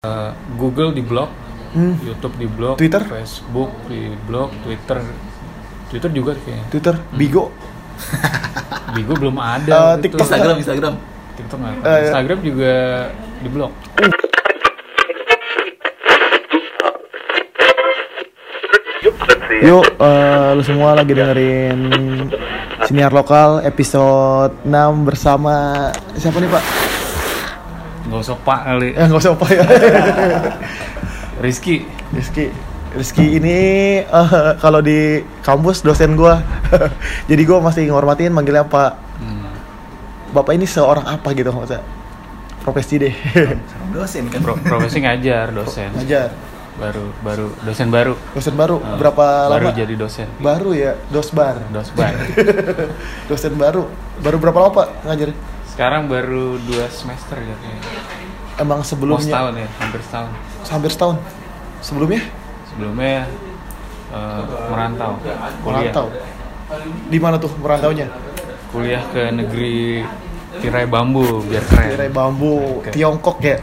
Google di blok, YouTube di blok, Twitter? Facebook di blok, Twitter juga kayaknya. Twitter, Bigo, Bigo belum ada. TikTok, Instagram. TikTok nggak. Instagram juga di blok. Yuk, lu semua lagi dengerin Siniar Lokal episode 6 bersama siapa nih Pak? Nggak usah Pak kali. Nggak usah Pak ya. Rizky ini kalau di kampus dosen gua. Jadi gua masih ngormatin manggilnya Pak. Bapak ini seorang apa gitu maksudnya? Profesi deh. Dosen kan? Profesi ngajar, dosen. Ngajar. Baru dosen baru. Dosen baru. Berapa lama? Baru jadi dosen. Baru ya, dosbar. Dosen baru. Baru berapa lama Pak ngajar? Sekarang baru 2 semester ya kayaknya. Emang Mau sebelumnya? setahun ya, hampir setahun. Hampir setahun. Sebelumnya? Sebelumnya merantau, kuliah. Merantau. Di mana tuh merantaunya? Kuliah ke negeri tirai bambu biar keren. Tirai bambu, Oke. Tiongkok ya.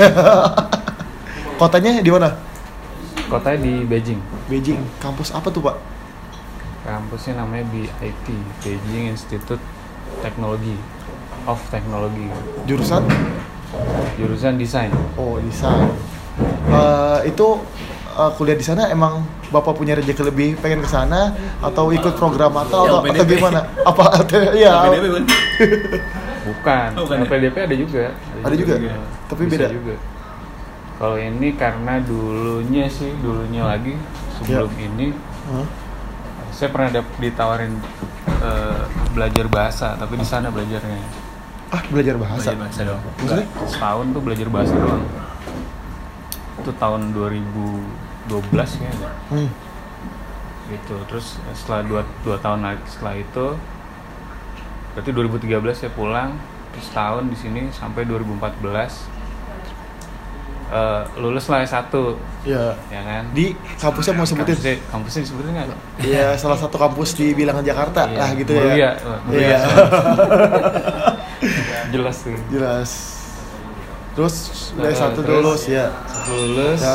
Kotanya di mana? Kotanya di Beijing. Beijing. Kampus apa tuh Pak? Kampusnya namanya BIT, Beijing Institute Technology of Technology. Jurusan? Jurusan desain. Oh, desain. Itu kuliah di sana emang Bapak punya rezeki lebih pengen ke sana atau ikut program atau gimana? Apa ya? PDP kan? Bukan. Oh, bukan ya? PDP ada juga. Ada juga? Tapi Bisa beda? juga. Kalau ini karena dulunya lagi sebelum ini Hah? saya pernah ditawarin belajar bahasa, tapi di sana belajarnya. Belajar bahasa. Belajar bahasa doang. Maksudnya? Setahun tuh belajar bahasa doang. Itu tahun 2012 kayaknya. Gitu. Terus setelah 2 tahun lagi setelah itu, berarti 2013 saya pulang, terus tahun di sini sampai 2014. Lulus lah S1. Ya. Ya kan? Di kampusnya mau sebutin? Kampusnya disebutin nggak? Iya, salah satu kampus di bilangan Jakarta Iya. lah gitu Mulia. ya. Mulia. Iya. Jelas tuh. Jelas. Terus S1 lulus ya. Lulus. Ya.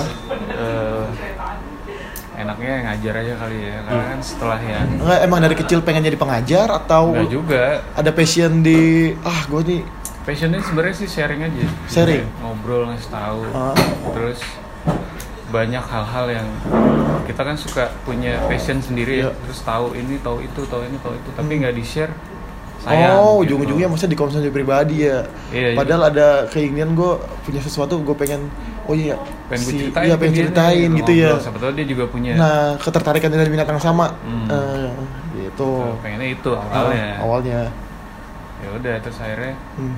Enaknya ngajar aja kali ya, karena kan setelah yang Enggak, emang dari kecil pengen jadi pengajar atau enggak juga. ada passion di gue nih Passionnya sebenarnya sih sharing aja. Sharing? Jadi ngobrol, ngasih tahu. Terus banyak hal-hal yang kita kan suka punya passion sendiri ya. Iya. Terus tahu ini, tahu itu, tapi nggak di-share. Sayang. Gitu. ujung-ujungnya maksudnya di konsumsi pribadi ya. Iya, Padahal ada keinginan gue punya sesuatu, gue pengen pengen gue ceritain. pengen ceritain gitu ya. Siapa tahu dia juga punya. Nah, ketertarikan dengan minat yang sama. Gitu. Pengennya itu awalnya. Awalnya. Ya udah, terus akhirnya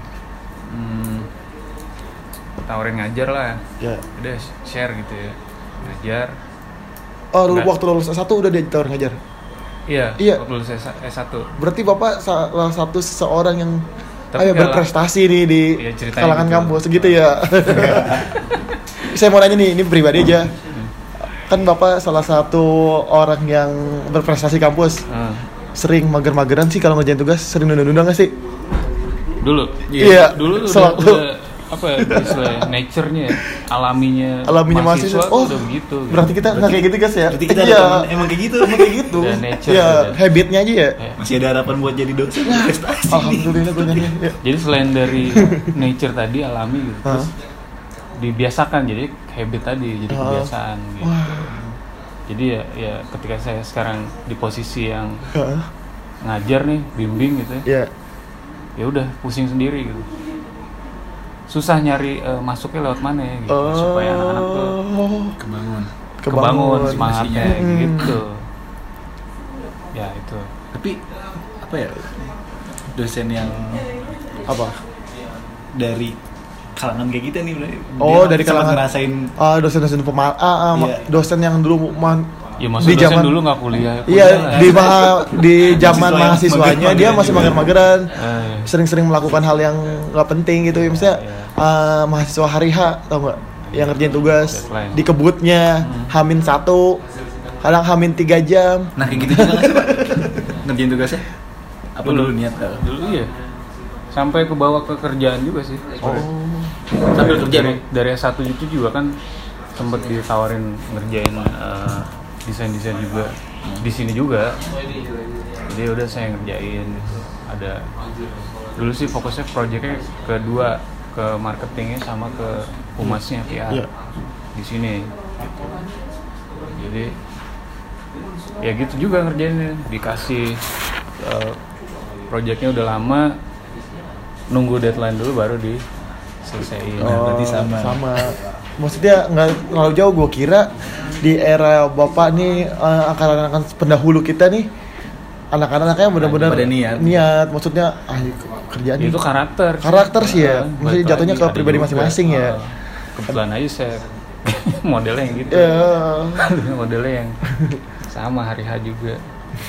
tawarin ngajar lah. Ya. Udah share gitu ya. Ngajar. Waktu lulus S1 udah dia ditawarin ngajar. Iya. Waktu lulus S1. Berarti Bapak salah satu seseorang yang berprestasi nih di kalangan gitu. kampus gitu ya. Saya mau nanya nih, ini pribadi aja. Kan Bapak salah satu orang yang berprestasi kampus. Sering mager-mageran sih kalau ngerjain tugas, sering nunda-nunda nggak sih? Dulu? Iya. Dulu Sewaktu udah apa ya, istilah nature-nya, alaminya mahasiswa. udah begitu. Berarti kita nggak kayak gitu guys ya? Berarti kita emang kayak gitu. Emang kayak gitu. Udah nature, Ya, udah. habitnya aja ya. Masih ada harapan buat jadi dosen prestasi. Alhamdulillah gue nyanyi. Ya. Jadi selain dari nature tadi alami gitu, terus dibiasakan jadi habit tadi, jadi kebiasaan gitu. Jadi ya ketika saya sekarang di posisi yang ngajar nih, bimbing gitu ya. Ya udah pusing sendiri gitu. Susah nyari masuknya lewat mana ya gitu, supaya anak-anak tuh kebangun semangatnya gitu. Ya itu. Tapi apa ya? Dosen yang Apa? dari kalangan kayak gitu nih, Dari kalangan ngerasain dosen-dosen dosen yang dulu Ya maksud di dosen zaman dulu nggak kuliah. Iya, di zaman mahasiswanya dia masih juga. mager-mageran, sering-sering melakukan hal yang nggak penting gitu ya, misalnya mahasiswa hari H, tau nggak, yang ngerjain tugas Deadline. di kebutnya, H-1, kadang H-3 jam. Nah kayak gitu juga nggak sih Pak? Ngerjain tugasnya? Apa dulu niat? Dulu iya. Sampai ke bawah ke kerjaan juga sih. Sambil kerja dari S1 itu juga kan sempet ditawarin ngerjain desain juga di sini juga. Jadi udah saya ngerjain gitu. Ada dulu sih fokusnya proyeknya kedua ke marketingnya sama ke humasnya PR di sini gitu. Jadi ya gitu juga ngerjainnya, dikasih proyeknya udah lama, nunggu deadline dulu baru diselesaiin. Berarti sama. Maksudnya nggak terlalu jauh, gue kira di era bapak nih anak-anak pendahulu kita nih, anak-anaknya benar-benar niat. Maksudnya kerjaan itu karakter sih ya. Maksudnya jatuhnya ke pribadi masing-masing ya. Kebetulan aja saya modelnya yang gitu. Modelnya yang sama hari-hari juga.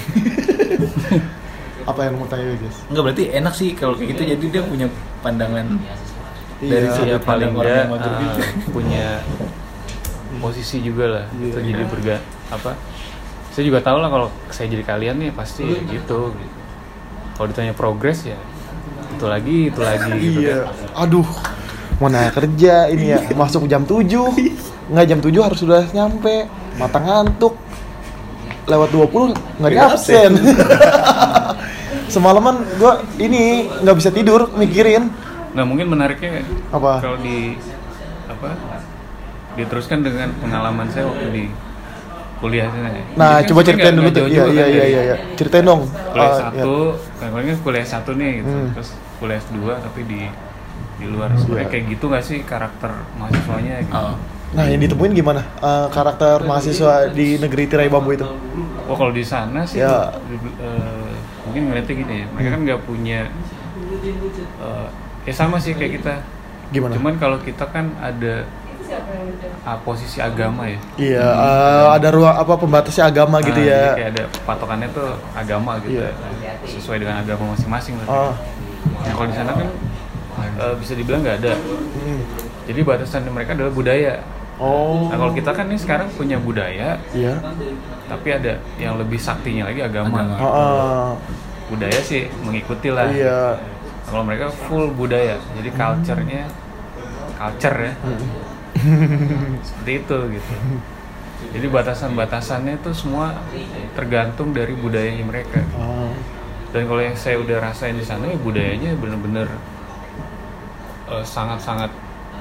Apa yang mau tanya guys? Enggak, berarti enak sih kalau kayak gitu, jadi dia punya pandangan dari ya paling enggak punya posisi juga lah. Itu jadi saya juga tahu lah kalau saya jadi kalian nih pasti gitu. Kalau ditanya progres ya itu lagi gitu kan. Aduh, mana kerja ini ya, masuk jam 7. Enggak, jam 7 harus sudah nyampe, mata ngantuk. Lewat 20 enggak di absen. Semalaman gua ini enggak bisa tidur mikirin. Nah, mungkin menariknya apa? Kalau diteruskan dengan pengalaman saya waktu di kuliah sana. Nah, coba ceritain dulu tuh. Iya. Ceritain dong. Kuliah 1, kan kuliah 1 nih gitu. Terus kuliah 2 tapi di luar. Sebenarnya kayak gitu enggak sih karakter mahasiswanya gitu. Nah, yang ditemuin gimana? Karakter mahasiswa di negeri tirai bambu itu? Oh, kalau di sana sih mungkin ngeliatnya gini ya. Mereka kan nggak punya ya sama sih kayak kita. Gimana? Cuman kalau kita kan ada posisi agama ya. Iya, ada ruang pembatasnya agama gitu ya. Jadi kayak ada patokannya tuh agama gitu. Sesuai dengan agama masing-masing. Nah, kalau di sana kan bisa dibilang nggak ada. Jadi batasan mereka adalah budaya. Nah, kalau kita kan nih sekarang punya budaya. Iya. Tapi ada yang lebih saktinya lagi agama. Budaya sih mengikuti lah. Iya. Kalau mereka full budaya, jadi culture ya, seperti itu gitu. Jadi batasan-batasannya itu semua tergantung dari budayanya mereka. Dan kalau yang saya udah rasain di sana, ya budayanya benar-benar sangat-sangat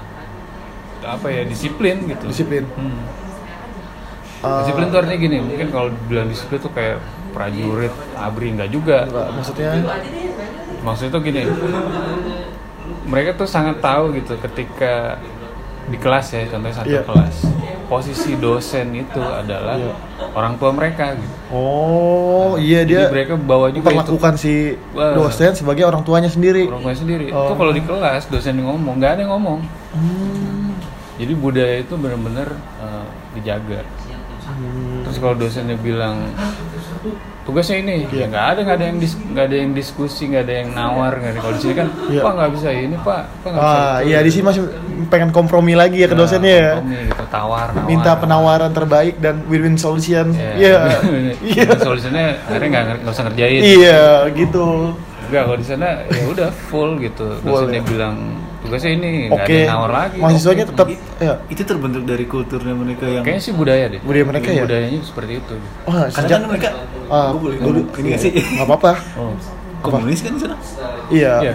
disiplin gitu. Disiplin. Disiplin tuh artinya gini, mungkin kalau bilang disiplin tuh kayak prajurit, ABRI, enggak juga. Maksudnya tuh gini, mereka tuh sangat tahu gitu ketika di kelas ya, contohnya satu kelas, posisi dosen itu adalah orang tua mereka gitu. Dia mereka bawa juga memperlakukan si dosen sebagai orang tuanya sendiri. Itu kalau di kelas dosen ngomong, nggak ada yang ngomong. Jadi budaya itu benar-benar dijaga. Terus kalau dosennya bilang tugasnya ini, ya nggak ada yang diskusi, nggak ada yang nawar, nggak ada. Kalau di sini kan, Pak nggak bisa ini, Pak nggak bisa. Iya, di sini masih pengen kompromi lagi ya ke dosennya ya. Kompromi gitu, nawar. Minta penawaran terbaik dan win-win solution. Solusinya akhirnya nggak usah ngerjain. Iya, gitu. Enggak, kalau di sana ya udah full gitu. Dosennya bilang tugasnya ini, nggak ada yang nawar lagi. Mahasiswanya tetap itu terbentuk dari kulturnya mereka yang kayaknya sih budaya deh. Budaya mereka ya. Budayanya seperti itu. Karena kan mereka gue boleh dulu ini nggak sih? Nggak apa-apa. Komunis kan di sana? Iya.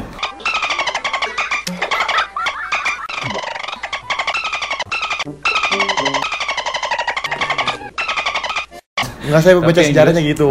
Nggak, saya baca sejarahnya gitu.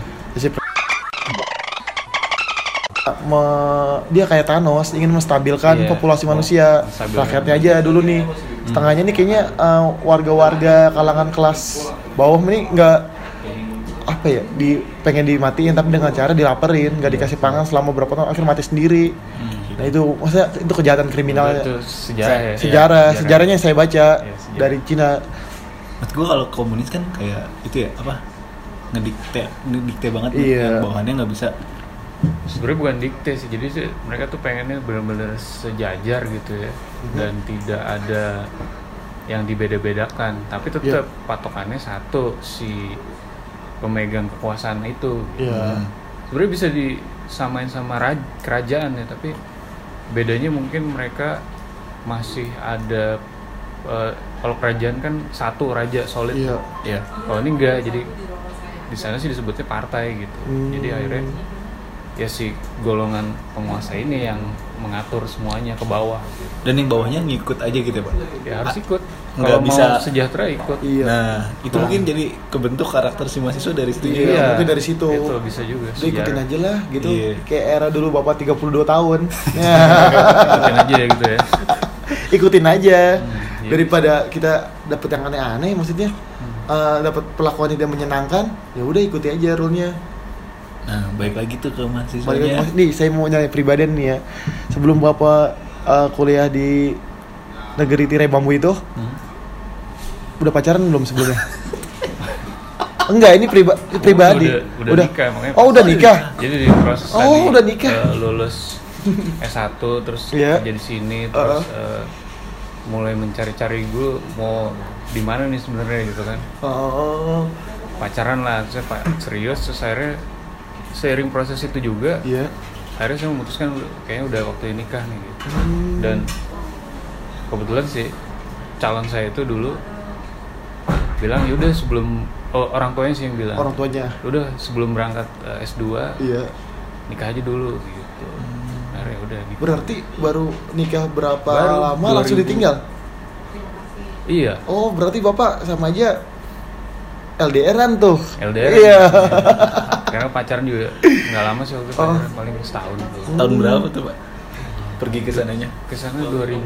Dia kayak Thanos, ingin menstabilkan populasi manusia. Rakyatnya aja dulu nih. Setengahnya nih kayaknya warga-warga kalangan kelas bawah ini nggak pengen dimatiin, tapi dengan cara dilaparin, nggak dikasih pangan selama berapa tahun, akhirnya mati sendiri. Nah itu maksudnya itu kejahatan kriminal. Itu sejarahnya yang saya baca dari Cina. Menurut gue kalau komunis kan kayak itu ya ngedikte banget, yang bawahannya nggak bisa. Sebenarnya bukan dikte sih, jadi mereka tuh pengennya benar-benar sejajar gitu ya, dan tidak ada yang dibeda-bedakan, tapi tetap patokannya satu, si pemegang kekuasaan itu. Sebenarnya bisa disamain sama kerajaan ya, tapi bedanya mungkin mereka masih ada kalau kerajaan kan satu raja solid. Iya. Kalau ini enggak, jadi di sana sih disebutnya partai gitu. Jadi akhirnya ya si golongan penguasa ini yang mengatur semuanya ke bawah. Dan yang bawahnya ngikut aja gitu ya, Pak? Ya harus ikut. Nggak Kalau bisa mau sejahtera ikut. Iya. Nah, itu mungkin jadi kebentuk karakter si mahasiswa dari situ juga. Iya, mungkin dari situ. Itu bisa juga. Udah ikutin aja lah gitu. Iya. Kayak era dulu Bapak 32 tahun. Ikutin aja ya gitu ya. Ikutin aja. Iya. Daripada kita dapet yang aneh-aneh maksudnya. Dapat perlakuan yang tidak menyenangkan, ya udah ikuti aja rule-nya. Nah, balik lagi tuh ke mahasiswanya. Nih, saya mau nanya pribadian nih ya. Sebelum Bapak kuliah di negeri tirai bambu itu, udah pacaran belum sebelumnya? Enggak, ini pribadi. Udah nikah makanya. Oh, udah nikah. Jadi di proses tadi udah nikah. Lulus S1 terus Iya. kerja di sini terus mulai mencari-cari gue mau di mana nih sebenarnya gitu kan. Pacaran lah, saya serius terus akhirnya seiring proses itu juga. Iya. Akhirnya saya memutuskan kayaknya udah waktu nikah nih gitu. Dan kebetulan sih calon saya itu dulu bilang yaudah sebelum orang tuanya sih yang bilang. Orang tuanya. Udah sebelum berangkat S2 Iya. nikah aja dulu gitu. Akhirnya udah gitu. Berarti baru nikah berapa Baru lama langsung 2000. ditinggal? Iya. Oh, berarti Bapak sama aja LDR-an tuh. LDR. Iya. Karena pacaran juga nggak lama sih waktu itu, pacaran paling setahun tuh. Tahun berapa tuh, Pak? Pergi ke sananya? Kesana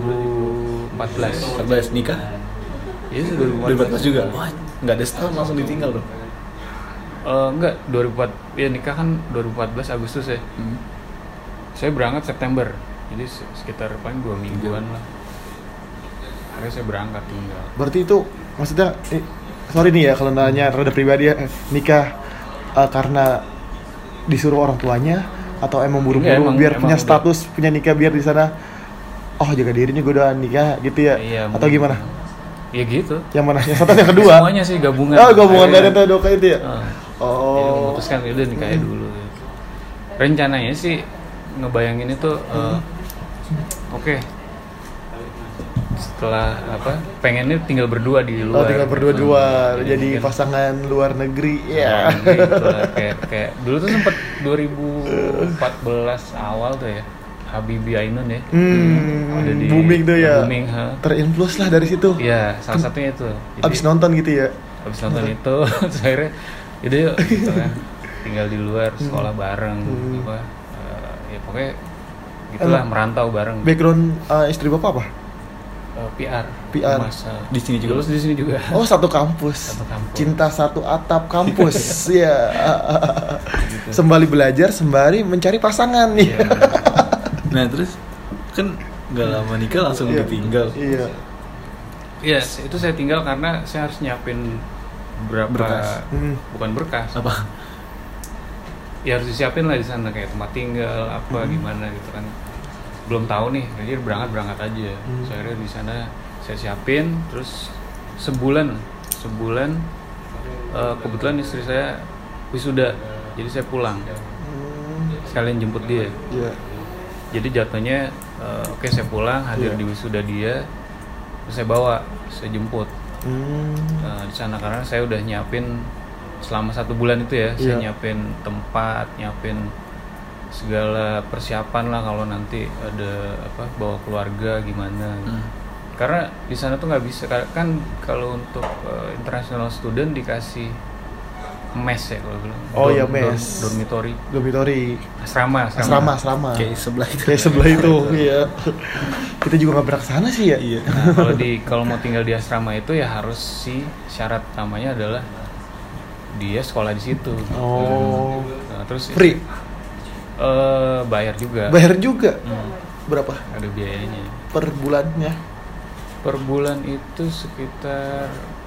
2014. 14 nikah? Iya sih 2014 juga. Wah, nggak ada setahun langsung ditinggal dong. Enggak, 2004 ya nikah kan 2014 Agustus ya. Saya berangkat September. Jadi sekitar paling 2 mingguan lah. Akhirnya saya berangkat tinggal. Berarti itu maksudnya sorry nih ya kalau nanya rada pribadi ya, nikah karena disuruh orang tuanya atau emang buru-buru biar punya udah. status punya nikah biar di sana jaga dirinya gue udah nikah gitu ya, Iya, atau gimana? Ya gitu. Yang mana? Yang satu yang kedua? Semuanya sih gabungan. Gabungan dari Akhirnya, doka itu ya? Jadi memutuskan udah nikahnya dulu. Rencananya sih ngebayangin itu oke. Setelah pengennya tinggal berdua di luar. Tinggal berdua-dua jadi mungkin pasangan luar negeri ya. gitu lah. kayak dulu tuh sempet 2014 awal tuh ya Habibie Ainun ya. Ada di Booming tuh ya. Booming, Terinfluence lah dari situ. Iya, salah satunya itu. Jadi, Abis nonton gitu ya. Abis nonton itu, terus akhirnya yaudah yuk gitu kan. Tinggal di luar, sekolah bareng, ya pokoknya gitulah, merantau bareng. Background istri Bapak apa? PR. PR. Di sini juga. Lulus di sini juga. Oh, satu kampus. Satu kampus. Cinta satu atap kampus. Iya. Gitu. Sembari belajar, sembari mencari pasangan nih. Iya. Nah, terus kan nggak lama nikah langsung ditinggal. Iya. Iya, itu saya tinggal karena saya harus nyiapin berapa Berkas. Bukan berkas. Apa? Ya harus disiapin lah di sana kayak tempat tinggal apa gimana gitu kan. Belum tahu nih, jadi berangkat aja. Saya akhirnya di sana saya siapin, terus sebulan kebetulan istri saya wisuda, jadi saya pulang. Sekalian jemput dia. Iya. Jadi jatuhnya oke, saya pulang hadir di wisuda dia, terus saya jemput di sana karena saya udah nyiapin selama 1 bulan itu ya. Saya nyiapin tempat, nyiapin segala persiapan lah kalau nanti ada bawa keluarga gimana gitu. Karena di sana tuh nggak bisa kan kalau untuk international student dikasih mes ya kalau bilang. Iya, mes. Dormitory. Asrama. Kayak sebelah itu. Kayak sebelah itu. Iya. Kita juga nggak pernah kesana sih ya. Iya. Nah, kalau mau tinggal di asrama itu ya harus syarat utamanya adalah dia sekolah di situ. Nah, terus free. Bayar juga. Berapa? Ada biayanya. Per bulannya? Per bulan itu sekitar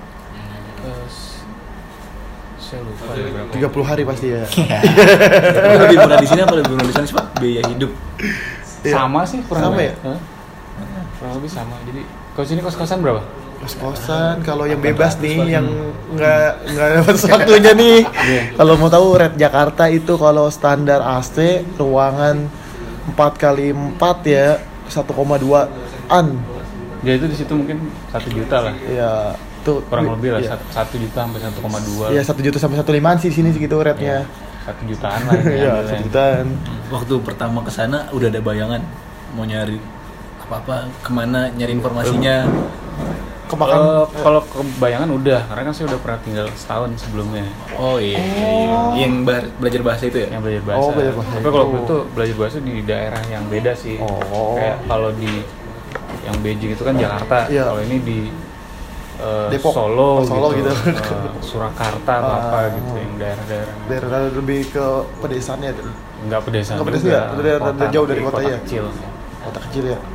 saya lupa berapa. 30 hari pasti ya. Lebih murah di sini apa lebih murah di sana sih, Pak? Biaya hidup. Sama sih, kurang sama lebih. ya? Kurang lebih sama. Jadi kalau sini kos-kosan berapa? Kos-kosan kalau yang bebas nih, yang nggak dapat waktunya nih. Kalau mau tahu rate Jakarta itu kalau standar AC ruangan 4x4 ya 1,2an Ya itu di situ mungkin 1 juta lah. Iya, tuh Kurang lebih lah iya. 1 juta sampai 1,2. Iya, 1 juta sampai 1,5 sih sini segitu rate-nya. 1 jutaan lah. Iya, 1 jutaan. Waktu pertama ke sana udah ada bayangan mau nyari apa-apa, kemana nyari informasinya? Kemakan. Kalau kebayangan udah, karena kan saya udah pernah tinggal setahun sebelumnya. Oh iya, yang belajar bahasa itu ya? Yang belajar bahasa. Oh, belajar bahasa Tapi kalau itu. waktu itu belajar bahasa di daerah yang beda sih. Oh. Kayak kalau di yang Beijing itu kan Jakarta. Iya. Kalau ini di Depok, Solo, Solo gitu. Surakarta apa gitu, yang daerah-daerah. Daerah lebih ke pedesaannya tuh. Enggak pedesaan. Enggak pedesaan juga. ya? Udah jauh dari kota ya? Kecil. Kota kecil ya.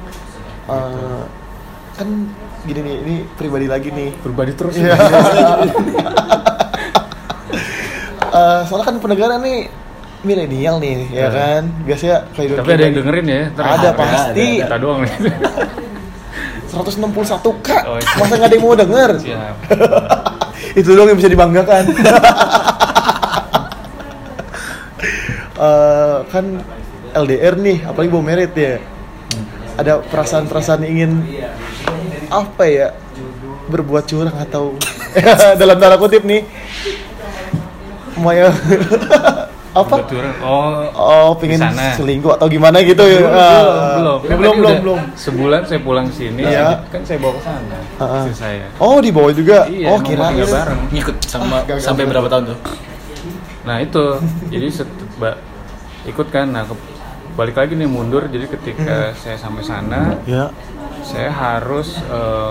Kan gini nih, ini pribadi lagi nih. Berbadi terus. Iya. Soalnya kan pendengaran nih milenial nih, ya kan? Biasanya kehidupan Tapi ada yang dengerin ya? Ntar Ada, pasti. Kita doang nih. 161k. Oh, iya. Masa nggak ada yang mau denger? Siap. Itu doang yang bisa dibanggakan. Kan LDR nih, apalagi bawa merit ya. Ada perasaan-perasaan ingin apa ya? Berbuat curang atau dalam tanda kutip nih. Maya apa? Kebetulan. Pengen di sana. selingkuh atau gimana gitu ya? Belum. Kan tadi udah Belum. Sebulan saya pulang sini, Iya. kan saya bawa ke sana. Istri saya. Oh, dibawa juga. Iya, Oh, emang kira mau tinggal bareng. Ngikut sama gagal. sampai berapa tahun tuh? Nah itu, jadi ikut kan. Nah balik lagi nih mundur. Jadi ketika saya sampai sana, Ya. saya harus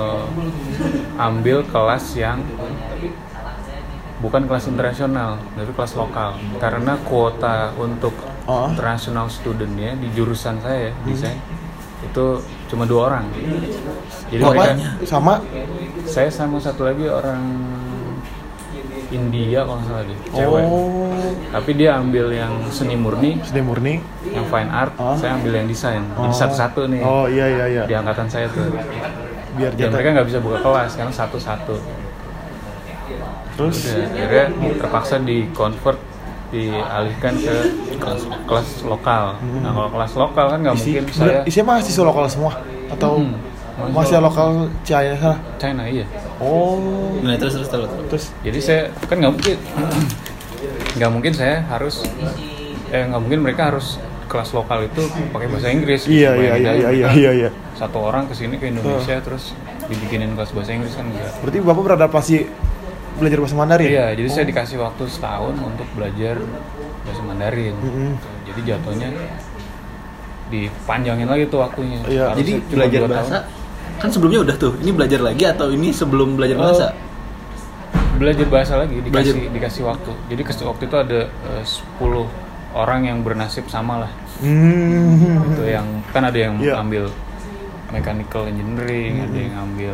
ambil kelas yang bukan kelas internasional, tapi kelas lokal. Karena kuota untuk international studentnya di jurusan saya desain itu cuma 2 orang. Jadi mereka, Sama. saya sama satu lagi orang India kalau nggak salah deh, cewek. Tapi dia ambil yang seni murni, Seni murni. yang fine art. Saya ambil yang desain. Jadi satu-satu nih Oh, iya. di angkatan saya tuh. Biar Dan jatah. mereka nggak bisa buka kelas karena satu-satu. Terus Udah, akhirnya terpaksa di-convert, dialihkan ke kelas lokal. Nah kalau kelas lokal kan nggak mungkin saya isinya mahasiswa lokal semua atau mahasiswa lokal China sana? China, iya. Oh. Nah terus. Terus Jadi saya kan nggak mungkin saya harus nggak mungkin mereka harus kelas lokal itu pakai bahasa Inggris. iya. Satu orang kesini ke Indonesia terus dibikinin kelas bahasa Inggris kan enggak. Berarti Bapak beradaptasi belajar bahasa Mandarin? Iya, jadi saya dikasih waktu setahun untuk belajar bahasa Mandarin. Jadi jatuhnya dipanjangin lagi tuh waktunya. Iya. Harusnya Jadi cuma belajar 2 bahasa tahun. kan sebelumnya udah tuh. Ini belajar lagi atau ini sebelum belajar bahasa? Belajar bahasa lagi Belajar. dikasih waktu. Jadi waktu itu ada 10 orang yang bernasib sama lah. Itu yang kan ada yang Iya. ambil mechanical engineering, ada yang ambil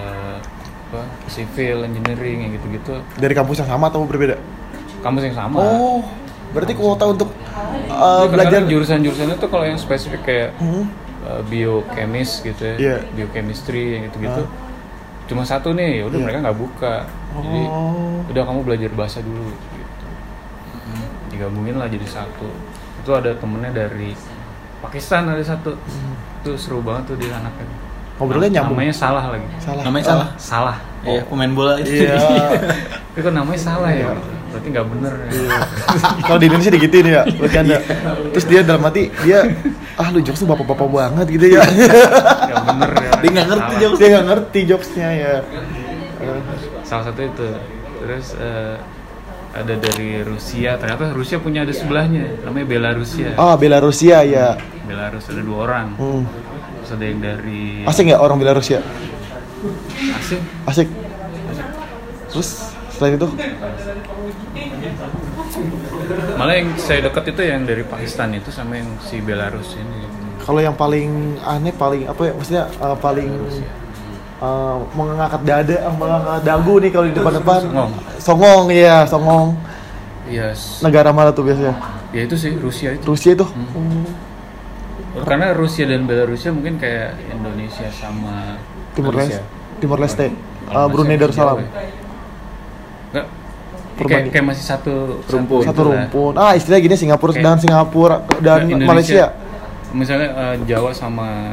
civil engineering yang gitu-gitu. Dari kampus yang sama atau berbeda? Kampus yang sama. Oh, berarti kuota untuk Jadi belajar kadang-kadang jurusan-jurusannya tuh kalau yang spesifik kayak biokemis gitu ya, Iya. biochemistry yang gitu-gitu. Cuma satu nih, ya udah Iya. mereka nggak buka. Jadi udah kamu belajar bahasa dulu gitu. Digabungin lah jadi satu. Itu ada temennya dari Pakistan, ada satu. Itu seru banget tuh dia anaknya. ngobrolnya nyambung. Namanya salah lagi. Salah. Namanya Oh, salah. Salah. Iya, pemain bola itu. Iya. Itu kan namanya salah ya. Berarti nggak bener. Ya. Kalau di Indonesia digituin ya, bercanda. Terus dia dalam hati dia lu jokes tuh bapak-bapak banget gitu ya. Nggak bener ya. Dia nggak ngerti Salah. jokes. Dia nggak ngerti jokesnya ya. Salah satu itu. Terus ada dari Rusia. Ternyata Rusia punya ada sebelahnya. Namanya Belarusia. Belarusia ya. Belarus ada 2 orang. Terus ada yang dari Asik nggak orang Belarusia? Asing. Asik. Terus selain itu? Malah yang saya deket itu yang dari Pakistan itu sama yang si Belarus ini. Kalau yang paling aneh, paling apa ya? Maksudnya paling mengangkat dada, mengangkat dagu nih kalau di depan-depan. Songong ya, Songong. Iya. Negara mana tuh biasanya? Ya itu sih Rusia itu. Rusia itu. Karena Rusia dan Belarusia mungkin kayak Indonesia sama Timur Malaysia. Leste. Timur Leste. Kalau Brunei Malaysia Darussalam. jauh ya. Enggak. Perbanding. Kayak masih satu Rumpun. Satu itulah. rumpun. Istilah gini Singapura Kayak- dan Singapura dan Indonesia. Malaysia. Misalnya Jawa sama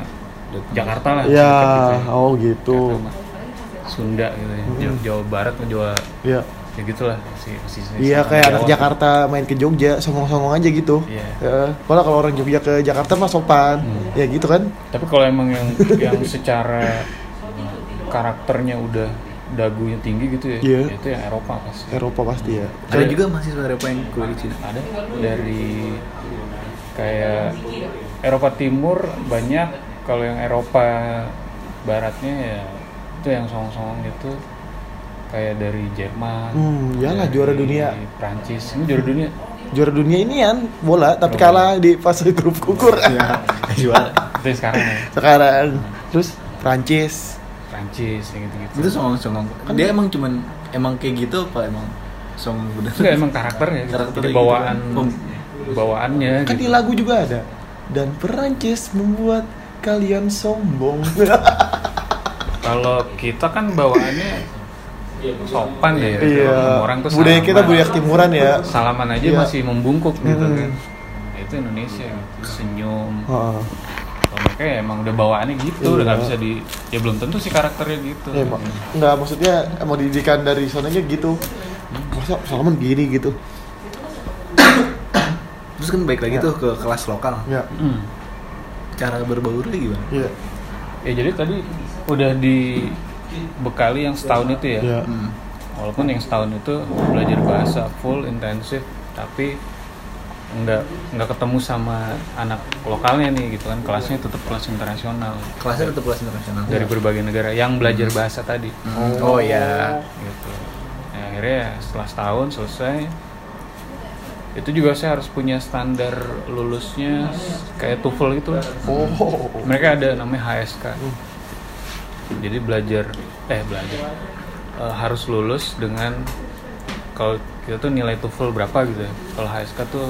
Jakarta lah. Ya, dekat gitu. oh gitu. Sunda gitu ya. Jawa Barat atau Jawa. Iya. Ya gitulah Iya kayak anak Jakarta main ke Jogja songong-songong aja gitu. Iya. Kalau orang Jogja ke Jakarta mah sopan. Ya gitu kan. Tapi kalau emang yang secara karakternya udah dagunya tinggi gitu ya, itu yang Eropa pasti. Eropa pasti ya. Ada juga mahasiswa Eropa yang kuliah di Cina. Ada dari kayak Eropa Timur banyak, kalau yang Eropa Baratnya ya itu yang songong-songong gitu. Kayak dari Jerman, iyalah juara dunia. Prancis, ini juara dunia. Juara dunia inian bola, tapi kalah di fase grup gugur. Iya, juara. Itu sekarang ya. Sekarang, terus Prancis yang gitu-gitu. Itu songong-songong. Dia emang kayak gitu apa emang songong bener? Enggak, emang karakternya. Jadi bawaan bawaannya. Kan gitu. di lagu juga ada. Dan Perancis membuat kalian sombong. Kalau kita kan bawaannya sopan ya, iya. Orang tuh budaya kita budaya timuran ya. Salaman aja masih membungkuk gitu kan. Itu Indonesia gitu, senyum. Kalau mereka ya emang udah bawaannya gitu, udah nggak bisa ya belum tentu sih karakternya gitu. Ya, nggak, maksudnya emang didikan dari sonanya gitu. Masa salaman gini gitu. Terus kan balik lagi tuh ke kelas lokal. Ya. Cara berbaurnya gimana? Iya. Ya jadi tadi udah dibekali yang setahun itu ya. Walaupun yang setahun itu belajar bahasa full intensif, tapi nggak ketemu sama anak lokalnya nih gitu kan. Kelasnya tetap kelas internasional. Kelasnya tetap kelas internasional. Dari berbagai negara yang belajar bahasa tadi. Oh ya. Gitu. Nah, akhirnya setelah setahun selesai, itu juga saya harus punya standar lulusnya kayak TOEFL gitu. Mereka ada namanya HSK. Jadi harus lulus dengan, kalau kita tuh nilai TOEFL berapa gitu ya. Kalau HSK tuh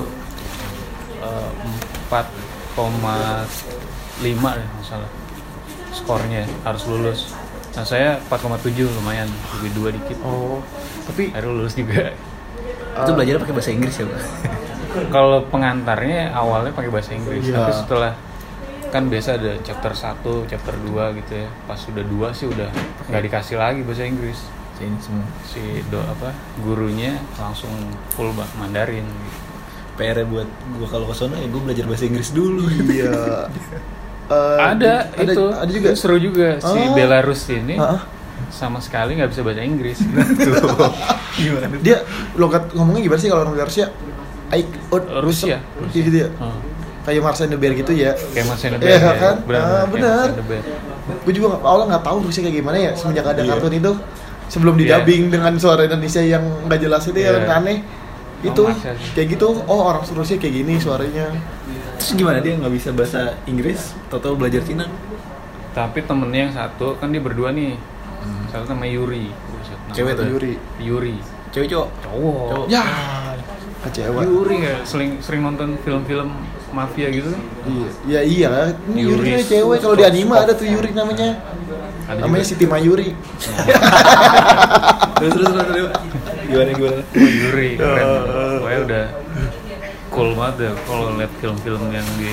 4,5 deh masalah skornya, harus lulus. Nah saya 4,7, lumayan, lebih 2 dikit. Tapi harus lulus juga. Itu belajar pakai bahasa Inggris ya, Pak? Kalau pengantarnya awalnya pakai bahasa Inggris, tapi setelah kan biasa ada chapter 1, chapter 2 gitu ya. Pas sudah 2 sih udah nggak dikasih lagi bahasa Inggris. Ini semua gurunya langsung full Mandarin gitu. PR buat gua kalau ke sono ya gua belajar bahasa Inggris dulu. Iya. Ada juga seru juga si Belarus ini. Sama sekali nggak bisa bahasa Inggris. Gimana? Dia logat ngomongnya gimana sih kalau orang Rusia? Rusia. Gitu ya. Kayak Marcel Deber gitu ya. Kayak Marcel Deber. Iya kan? Benar. Gue juga awalnya nggak tahu Rusia kayak gimana ya semenjak ada kartun itu. Sebelum didubbing dengan suara Indonesia yang nggak jelas itu ya aneh. Itu kayak gitu. Oh, orang Rusia kayak gini suaranya. Terus gimana dia nggak bisa bahasa Inggris? Total belajar Cina? Tapi temennya yang satu kan dia berdua nih. Satu namanya Yuri. Cewek tuh? Yuri. Cewek cowok? Cowok. Ya. Kecewa. Yuri nggak sering nonton film-film mafia gitu? Iya. Iya. Ini Yuri cewek. Kalau di anime ada tuh Yuri namanya. Namanya Siti Mayuri. Terus. Gimana? Yuri. Keren. Pokoknya udah cool banget deh kalau lihat film-film yang di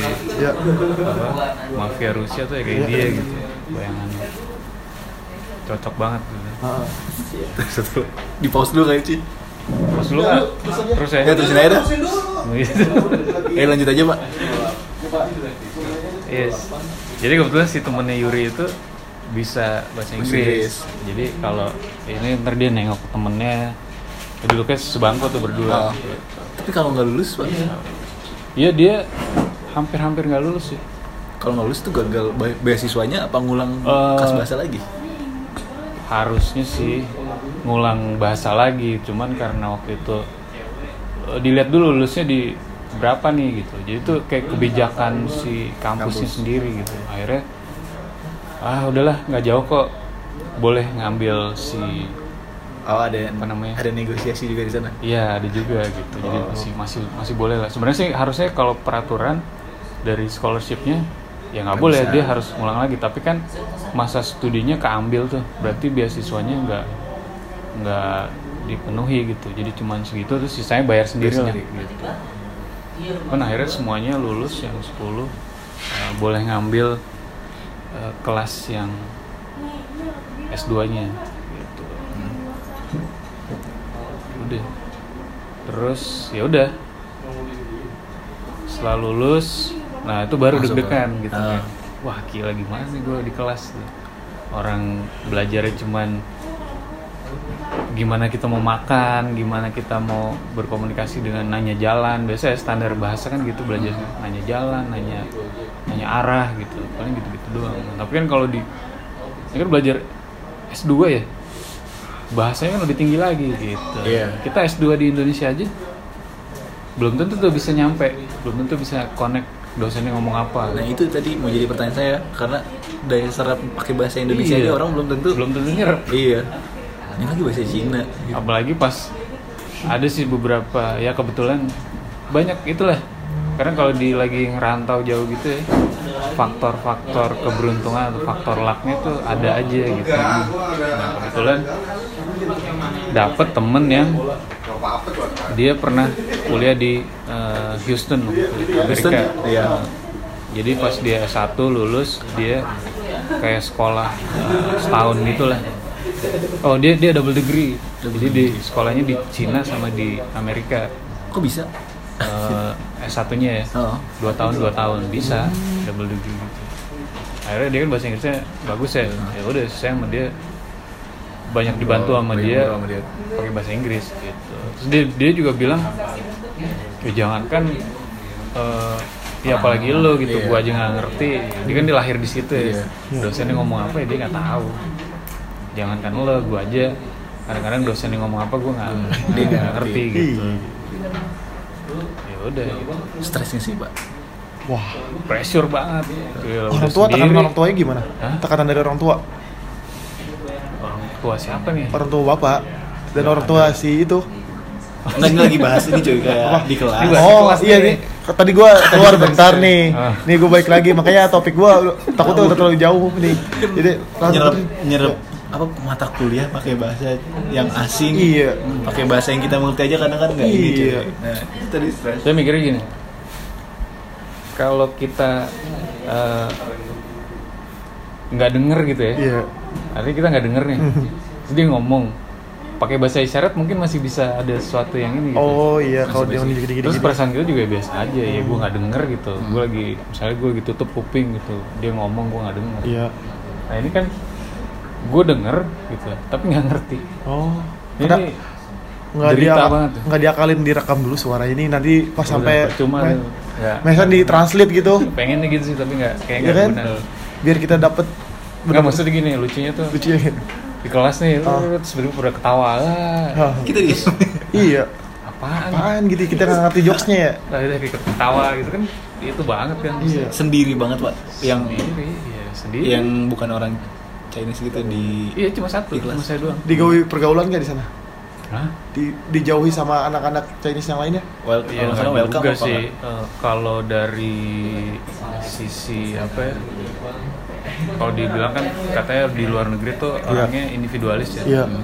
mafia Rusia tuh ya kayak dia gitu. Bayangannya. Cocok banget gitu. Terus di pause dulu kayak Ci. Pause dulu kan? Terus ya? Ya terusin aja dah. Lanjut aja Pak. Yes. Jadi kebetulan si temennya Yuri itu bisa bahasa Inggris. Jadi kalau ini ntar dia nengok temennya, duduknya sebangku tuh berdua. Tapi kalau nggak lulus Pak? Iya dia hampir nggak lulus sih. Kalau nggak lulus tuh gagal beasiswanya apa ngulang kas bahasa lagi? Harusnya sih ngulang bahasa lagi, cuman karena waktu itu dilihat dulu lulusnya di berapa nih gitu. Jadi tuh kayak kebijakan si kampusnya sendiri gitu. Akhirnya udahlah nggak jauh kok, boleh ngambil si ada apa namanya? Ada negosiasi juga di sana. Iya ada juga gitu. Jadi masih boleh lah. Sebenarnya sih harusnya kalau peraturan dari scholarshipnya ya nggak boleh, dia harus ngulang lagi. Tapi kan masa studinya keambil tuh, berarti beasiswanya nggak dipenuhi gitu. Jadi cuman segitu, terus sisanya bayar sendiri lah gitu. Kan akhirnya semuanya lulus yang 10 boleh ngambil kelas yang S2-nya gitu. Udah. Terus ya udah. Setelah lulus, nah itu baru deg-degan gitu kan. Wah, gila gimana nih gue di kelas. Orang belajarnya cuman gimana kita mau makan, gimana kita mau berkomunikasi dengan nanya jalan. Biasanya standar bahasa kan gitu, belajar nanya jalan, nanya arah gitu. Paling gitu-gitu doang. Tapi kan kalau ini kan belajar S2 ya, bahasanya kan lebih tinggi lagi gitu. Kita S2 di Indonesia aja belum tentu tuh bisa nyampe, belum tentu bisa connect dosennya ngomong apa. Nah itu tadi mau jadi pertanyaan saya, karena daya serap pakai bahasa Indonesia aja orang belum tentu nyerap. Iya. Ini lagi bahasa Cina. Gitu. Apalagi pas ada sih beberapa, ya kebetulan banyak itulah. Karena kalau lagi ngerantau jauh gitu ya, faktor-faktor keberuntungan atau faktor lucknya tuh ada aja gitu. Nah kebetulan dapet temen yang dia pernah kuliah di Houston, Amerika. Iya. Jadi pas dia S1 lulus, dia kayak sekolah setahun gitulah. Oh dia double degree. Jadi di sekolahnya di Cina sama di Amerika. Kok bisa? S1-nya ya. 2 tahun bisa double degree gitu. Akhirnya dia kan bahasa Inggrisnya bagus ya. Ya udah saya sama dia banyak dibantu sama dia pakai bahasa Inggris gitu. Terus dia juga bilang, ya jangankan ya apalagi lo gitu, gua aja nggak ngerti. Dia kan lahir di situ ya. Dosennya ngomong apa ya dia nggak tahu. Jangankan lo, gua aja kadang-kadang dosennya ngomong apa gua nggak ngerti gitu. Ya udah. Stresnya sih Pak. Wah, pressure banget. Orang tua, tekanan orang tuanya gimana? Tekanan dari orang tua. Orang tua siapa nih? Orang tua bapak dan orang tua si itu. Ini lagi bahas ini cuy, kayak di kelas. Oh iya nih, tadi gue keluar bentar nih. Nih gue balik lagi, makanya topik gue takutnya udah terlalu jauh nih. Jadi nyerap apa mata kuliah pakai bahasa yang asing. Iya. Pakai bahasa yang kita mengerti aja kadang kan nggak ini cuy. Nah itu tadi stres. Saya mikirnya gini, kalau kita nggak denger gitu ya, artinya kita nggak denger nih, terus dia ngomong pakai bahasa isyarat mungkin masih bisa ada sesuatu yang ini gitu. Oh iya, kalau dia gini-gini. Terus perasaan kita juga biasa aja ya, gue nggak denger gitu. Gue lagi, misalnya gue lagi tutup kuping gitu, dia ngomong gue nggak denger. Iya. Nah ini kan gue denger gitu, tapi nggak ngerti. Oh. Ini nggak diakalin direkam dulu suara ini, nanti pas sampai cuma misalnya ditranslate gitu. Pengennya gitu sih, tapi nggak kayak nggak kan? benar. Biar kita dapet. Nggak, maksudnya gini, lucunya tuh. Di kelas nih, terus berdua pada ketawa lah. Kita di iya. Apaan gitu, kita nggak ngerti jokesnya ya. Lah dari ketawa gitu kan, itu banget kan. Iya. Sendiri banget Pak. Sendiri. Yang bukan orang Chinese gitu di. Iya cuma satu, cuma saya doang. Digaui pergaulan nggak di sana? Hah? Dijauhi sama anak-anak Chinese yang lainnya? Welcome sih. Kalau dari sisi apa ya? Kalau dibilang kan katanya di luar negeri tuh orangnya individualis ya. Iya.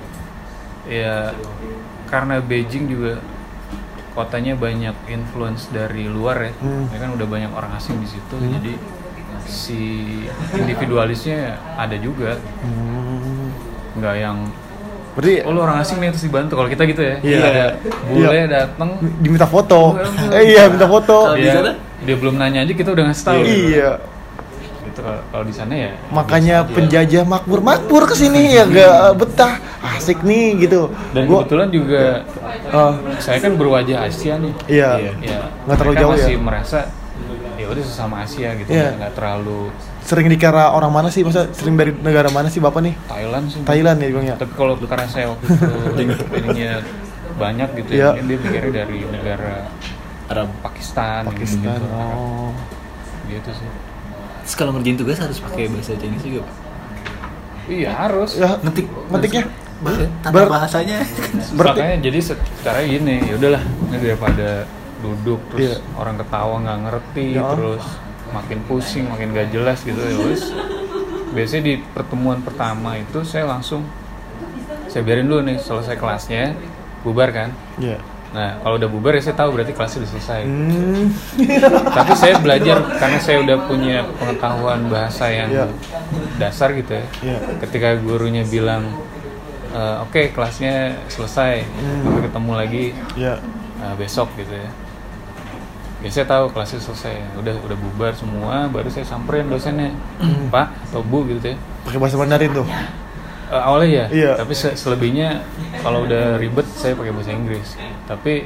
Ya karena Beijing juga kotanya banyak influence dari luar ya. Ya kan udah banyak orang asing di situ. Jadi si individualisnya ada juga. Nggak yang berarti lu orang asing nih terus dibantu. Kalau kita gitu ya. Iya. Ada bule datang diminta foto. Iya, minta foto. Dia belum nanya aja kita udah ngasih tahu. Iya. Gitu kalau di sana ya. Makanya penjajah makmur kesini ya gak betah, asik nih gitu. Dan kebetulan juga saya kan berwajah Asia nih. Iya. Nggak terlalu jauh masih ya. merasa ya udah sesama Asia gitu, nggak terlalu. Sering dikira orang mana sih? Masa sering dari negara mana sih Bapak nih? Thailand sih. Thailand ya Bang ya. Tapi kalau karena saya waktu itu ininya banyak gitu ya, mungkin dia mikirnya dari negara Arab, Pakistan gitu. Oh. Gitu sih. Terus kalau ngerjain tugas harus pakai bahasa Chinese juga Pak? Iya harus. Ya, ngetiknya tanpa bahasanya. Makanya jadi sekarang gini, ya udahlah, ini daripada duduk terus orang ketawa nggak ngerti, terus makin pusing, makin gak jelas gitu ya wes. Biasanya di pertemuan pertama itu saya biarin dulu nih selesai kelasnya, bubar kan. Iya. Nah, kalau udah bubar ya saya tahu berarti kelasnya udah selesai. Tapi saya belajar karena saya udah punya pengetahuan bahasa yang dasar gitu ya. Ketika gurunya bilang, oke, kelasnya selesai, sampai ketemu lagi besok gitu ya. Ya saya tahu kelasnya selesai, udah bubar semua, baru saya samperin dosennya, Pak atau Bu gitu ya. Pakai bahasa Mandarin tuh. Awalnya ya, tapi selebihnya kalau udah ribet saya pakai bahasa Inggris. Tapi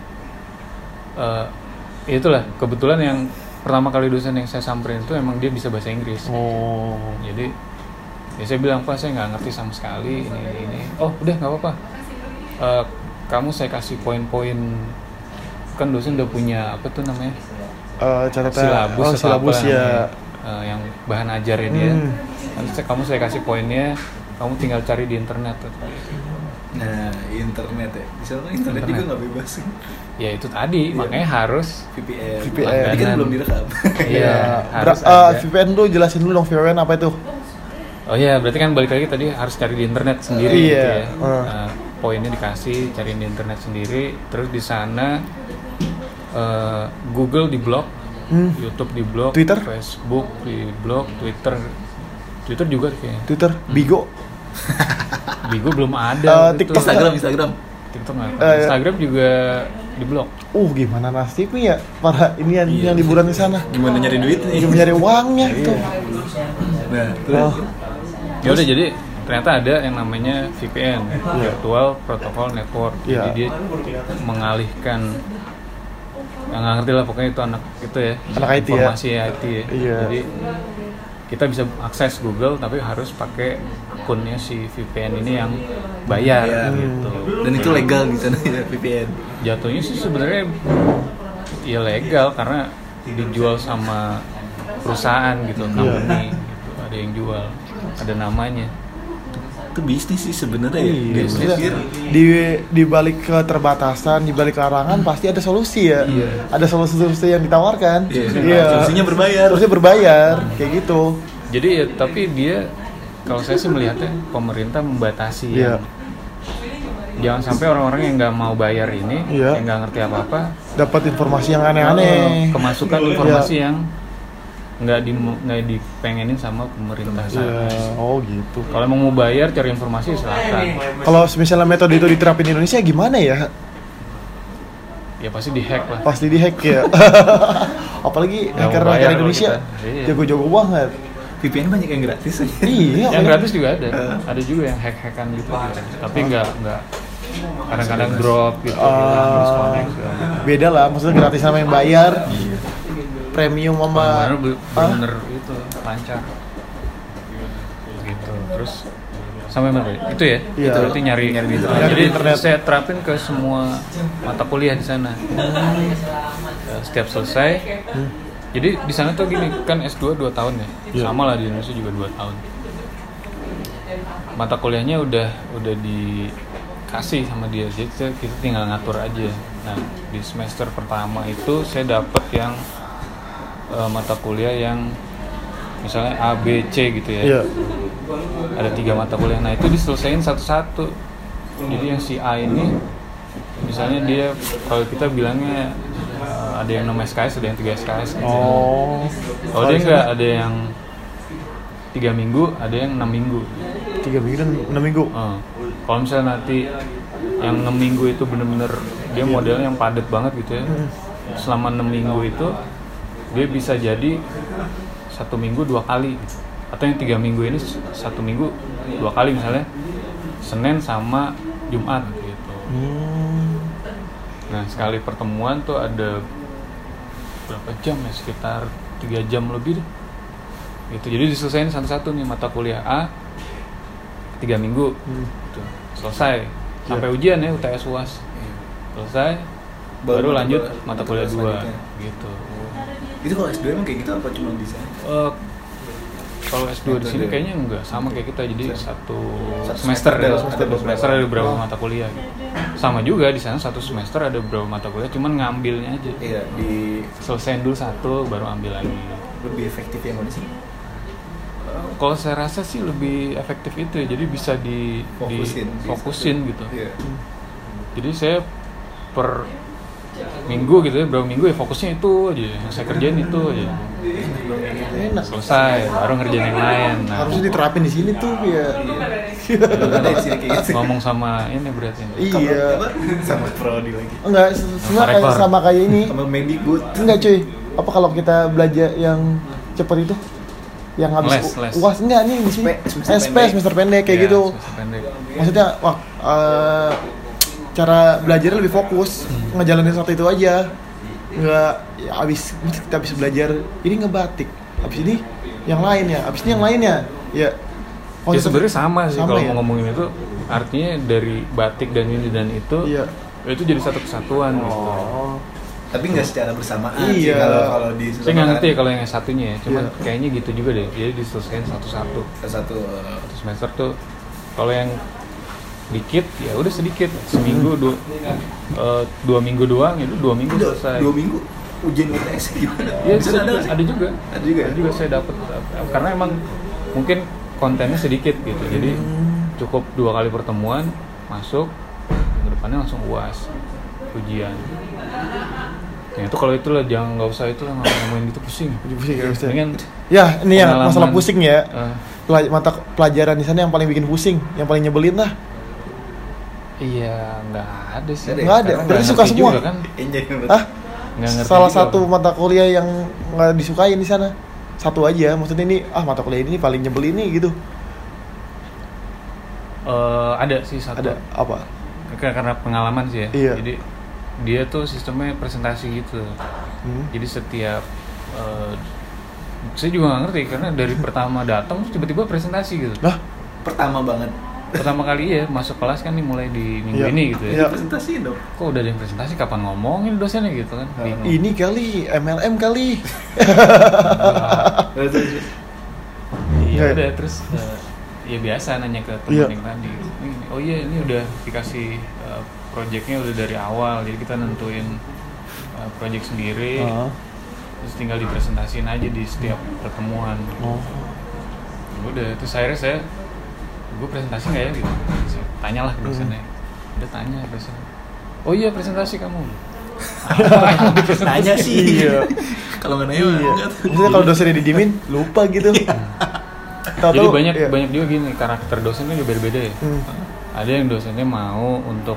itulah kebetulan yang pertama kali dosen yang saya samperin itu emang dia bisa bahasa Inggris. Jadi ya saya bilang, Pak saya nggak ngerti sama sekali ini. Oh udah nggak apa-apa. Kamu saya kasih poin-poin, kan dosen udah punya apa tuh namanya? Catatan silabus ya. Yang bahan ajarnya dia. Nanti kamu saya kasih poinnya. Kamu tinggal cari di internet. Nah, internet ya. Di sana internet juga nggak bebas. Ya itu tadi, makanya harus VPN. Ini kan belum direkam. Iya, harus VPN dulu, jelasin dulu dong VPN apa itu. Oh iya, berarti kan balik lagi tadi harus cari di internet sendiri gitu ya. Poinnya dikasih, cari di internet sendiri, terus di sana Google di blog, YouTube di blog, Twitter, Facebook di blog, Twitter juga kayaknya. Twitter, Bigo. Bigo belum ada. TikTok, Instagram. TikTok nggak. Instagram juga di blog. Gimana nasibnya ya para ini yang liburan di sana? Gimana nyari duitnya? Gimana nyari uangnya tuh? Nah, terus. Ya udah, jadi ternyata ada yang namanya VPN, Virtual Protocol Network. Jadi dia mengalihkan, nggak ngerti lah pokoknya itu anak IT informasi ya. IT ya. Jadi kita bisa akses Google tapi harus pakai akunnya si VPN ini yang bayar gitu. Dan itu legal di sana ya VPN. Jatuhnya sih sebenarnya ya legal karena dijual sama perusahaan gitu, company gitu. Ada yang jual, ada namanya. Itu bisnis sih sebenarnya ya. Bisnis. Di balik keterbatasan, di balik larangan pasti ada solusi ya. Ada solusi yang ditawarkan. Solusinya berbayar. Kayak gitu. Jadi ya, tapi dia kalau saya sih melihatnya pemerintah membatasi jangan sampai orang-orang yang nggak mau bayar ini, yang nggak ngerti apa-apa, dapat informasi yang aneh-aneh, kemasukan informasi yang nggak dipengenin sama pemerintah sana. Gitu. Kalau mau bayar cari informasi silakan. Kalau misalnya metode itu diterapin di Indonesia gimana ya? Ya pasti dihack lah. Pasti dihack ya. Apalagi hacker Indonesia jago-jago banget. VPN banyak yang gratis. Yang gratis juga ada. Ada juga yang hack-hackan gitu. Tapi nggak kadang-kadang drop gitu. Disconnect. Beda lah, maksudnya gratis sama yang bayar. Premium sama bener itu lancar gitu. Terus sampai mana itu ya? Itu berarti nyari jadi internet. Saya terapin ke semua mata kuliah di sana. Setiap selesai, jadi di sana tuh gini kan S2 2 tahun ya, sama lah di Indonesia juga 2 tahun. Mata kuliahnya udah dikasih sama dia, jadi kita tinggal ngatur aja. Nah di semester pertama itu saya dapet yang mata kuliah yang misalnya A, B, C gitu ya. Ada 3 mata kuliah. Nah itu diselesain satu-satu. Jadi yang si A ini, misalnya dia kalau kita bilangnya ada yang 6 SKS, ada yang 3 SKS gitu. Kalau dia enggak, ada yang 3 minggu, ada yang 6 minggu. 3 minggu dan 6 minggu? Kalau misalnya nanti yang 6 minggu itu bener-bener dia modelnya yang padat banget gitu ya. Selama 6 minggu itu dia bisa jadi 1 minggu 2 kali gitu. Atau yang 3 minggu ini 1 minggu 2 kali, misalnya Senin sama Jumat gitu. Nah sekali pertemuan tuh ada berapa jam ya, sekitar 3 jam lebih deh gitu. Jadi diselesain satu-satu nih mata kuliah A 3 minggu gitu. Selesai sampai ujian ya, UTS UAS selesai, baru lanjut mata kuliah 2 gitu. Itu kalau S2 emang kayak gitu apa cuma di sana? Kalau S2 di sini kayaknya enggak sama kayak kita, jadi satu semester ada beberapa mata kuliah gitu. Sama juga di sana satu semester ada beberapa mata kuliah, cuman ngambilnya aja. Iya, selesaiin dulu satu baru ambil lagi. Lebih efektif yang mana sih? Kalau saya rasa sih lebih efektif itu ya, jadi bisa difokusin gitu. Jadi saya per minggu gitu ya, berapa minggu ya fokusnya itu aja yang saya kerjain itu aja. Enak. Selesai baru ngerjain yang lain. Nah, harusnya diterapin di sini tuh ya. Ngomong sama ini berarti. Iya. Sama prodi lagi. Enggak, sama kayak ini. Sama Mendikbud. Enggak cuy. Apa kalau kita belajar yang cepet itu? Yang habis Les. UAS enggak nih di sini. Semester pendek kayak gitu. Semester pendek. Maksudnya cara belajarnya lebih fokus, ngejalanin satu itu aja. Enggak ya, kita habis belajar ini ngebatik. Habis ini yang lainnya, habis ini yang lainnya. Ya. Ya sebenarnya sama sih kalau ya? mau ngomongin itu, artinya dari batik dan ini dan itu, iya. Itu jadi satu kesatuan. Gitu. Tapi nggak secara bersamaan iya. sih kalau di saya nggak ngerti kalau yang satunya ya, cuman kayaknya gitu juga deh, jadi diselesaikan satu semester tuh. Kalau yang dikit ya udah sedikit, seminggu dua minggu doang, itu 2 minggu selesai. 2 minggu ujian UTS gimana? Ya, ada juga saya dapat karena emang mungkin kontennya sedikit gitu, jadi cukup 2 kali pertemuan masuk, minggu depannya langsung UAS ujian. Ya itu kalau itulah jangan, nggak usah itu lah, ngomongin gitu pusing ya. Mendingan ya ini yang masalah pusing ya, mata pelajaran di sana yang paling bikin pusing, yang paling nyebelin lah. Iya, nggak ada sih. Nggak ada. Berarti suka semua kan? Ah, salah satu mata kuliah yang nggak disukain di sana satu aja. Maksudnya ini mata kuliah ini paling nyebelin nih gitu. Ada sih satu. Ada apa? Karena pengalaman sih ya. Iya. Jadi dia tuh sistemnya presentasi gitu. Jadi setiap saya juga nggak ngerti karena dari pertama datang tiba-tiba presentasi gitu. Lah, pertama kali ya masuk kelas kan nih mulai di minggu ini gitu ya. Presentasi dong. Kok udah ada yang presentasi, kapan ngomongin dosennya gitu kan? Bingung. Ini kali MLM kali. Iya udah terus ya biasa nanya ke temen yang tadi. Oh iya ini udah dikasih projectnya udah dari awal, jadi kita nentuin project sendiri. Terus tinggal dipresentasiin aja di setiap pertemuan. Udah terus akhirnya saya gue presentasi nggak ya gitu, saya tanyalah ke dosennya. Udah tanya dosen, oh iya presentasi kamu. Nanya sih. Iya. Kalau nggak nanya enggak. Maksudnya kalau dosennya didimin lupa gitu. Jadi banyak juga gini, karakter dosen kan juga beda-beda ya. Ada yang dosennya mau untuk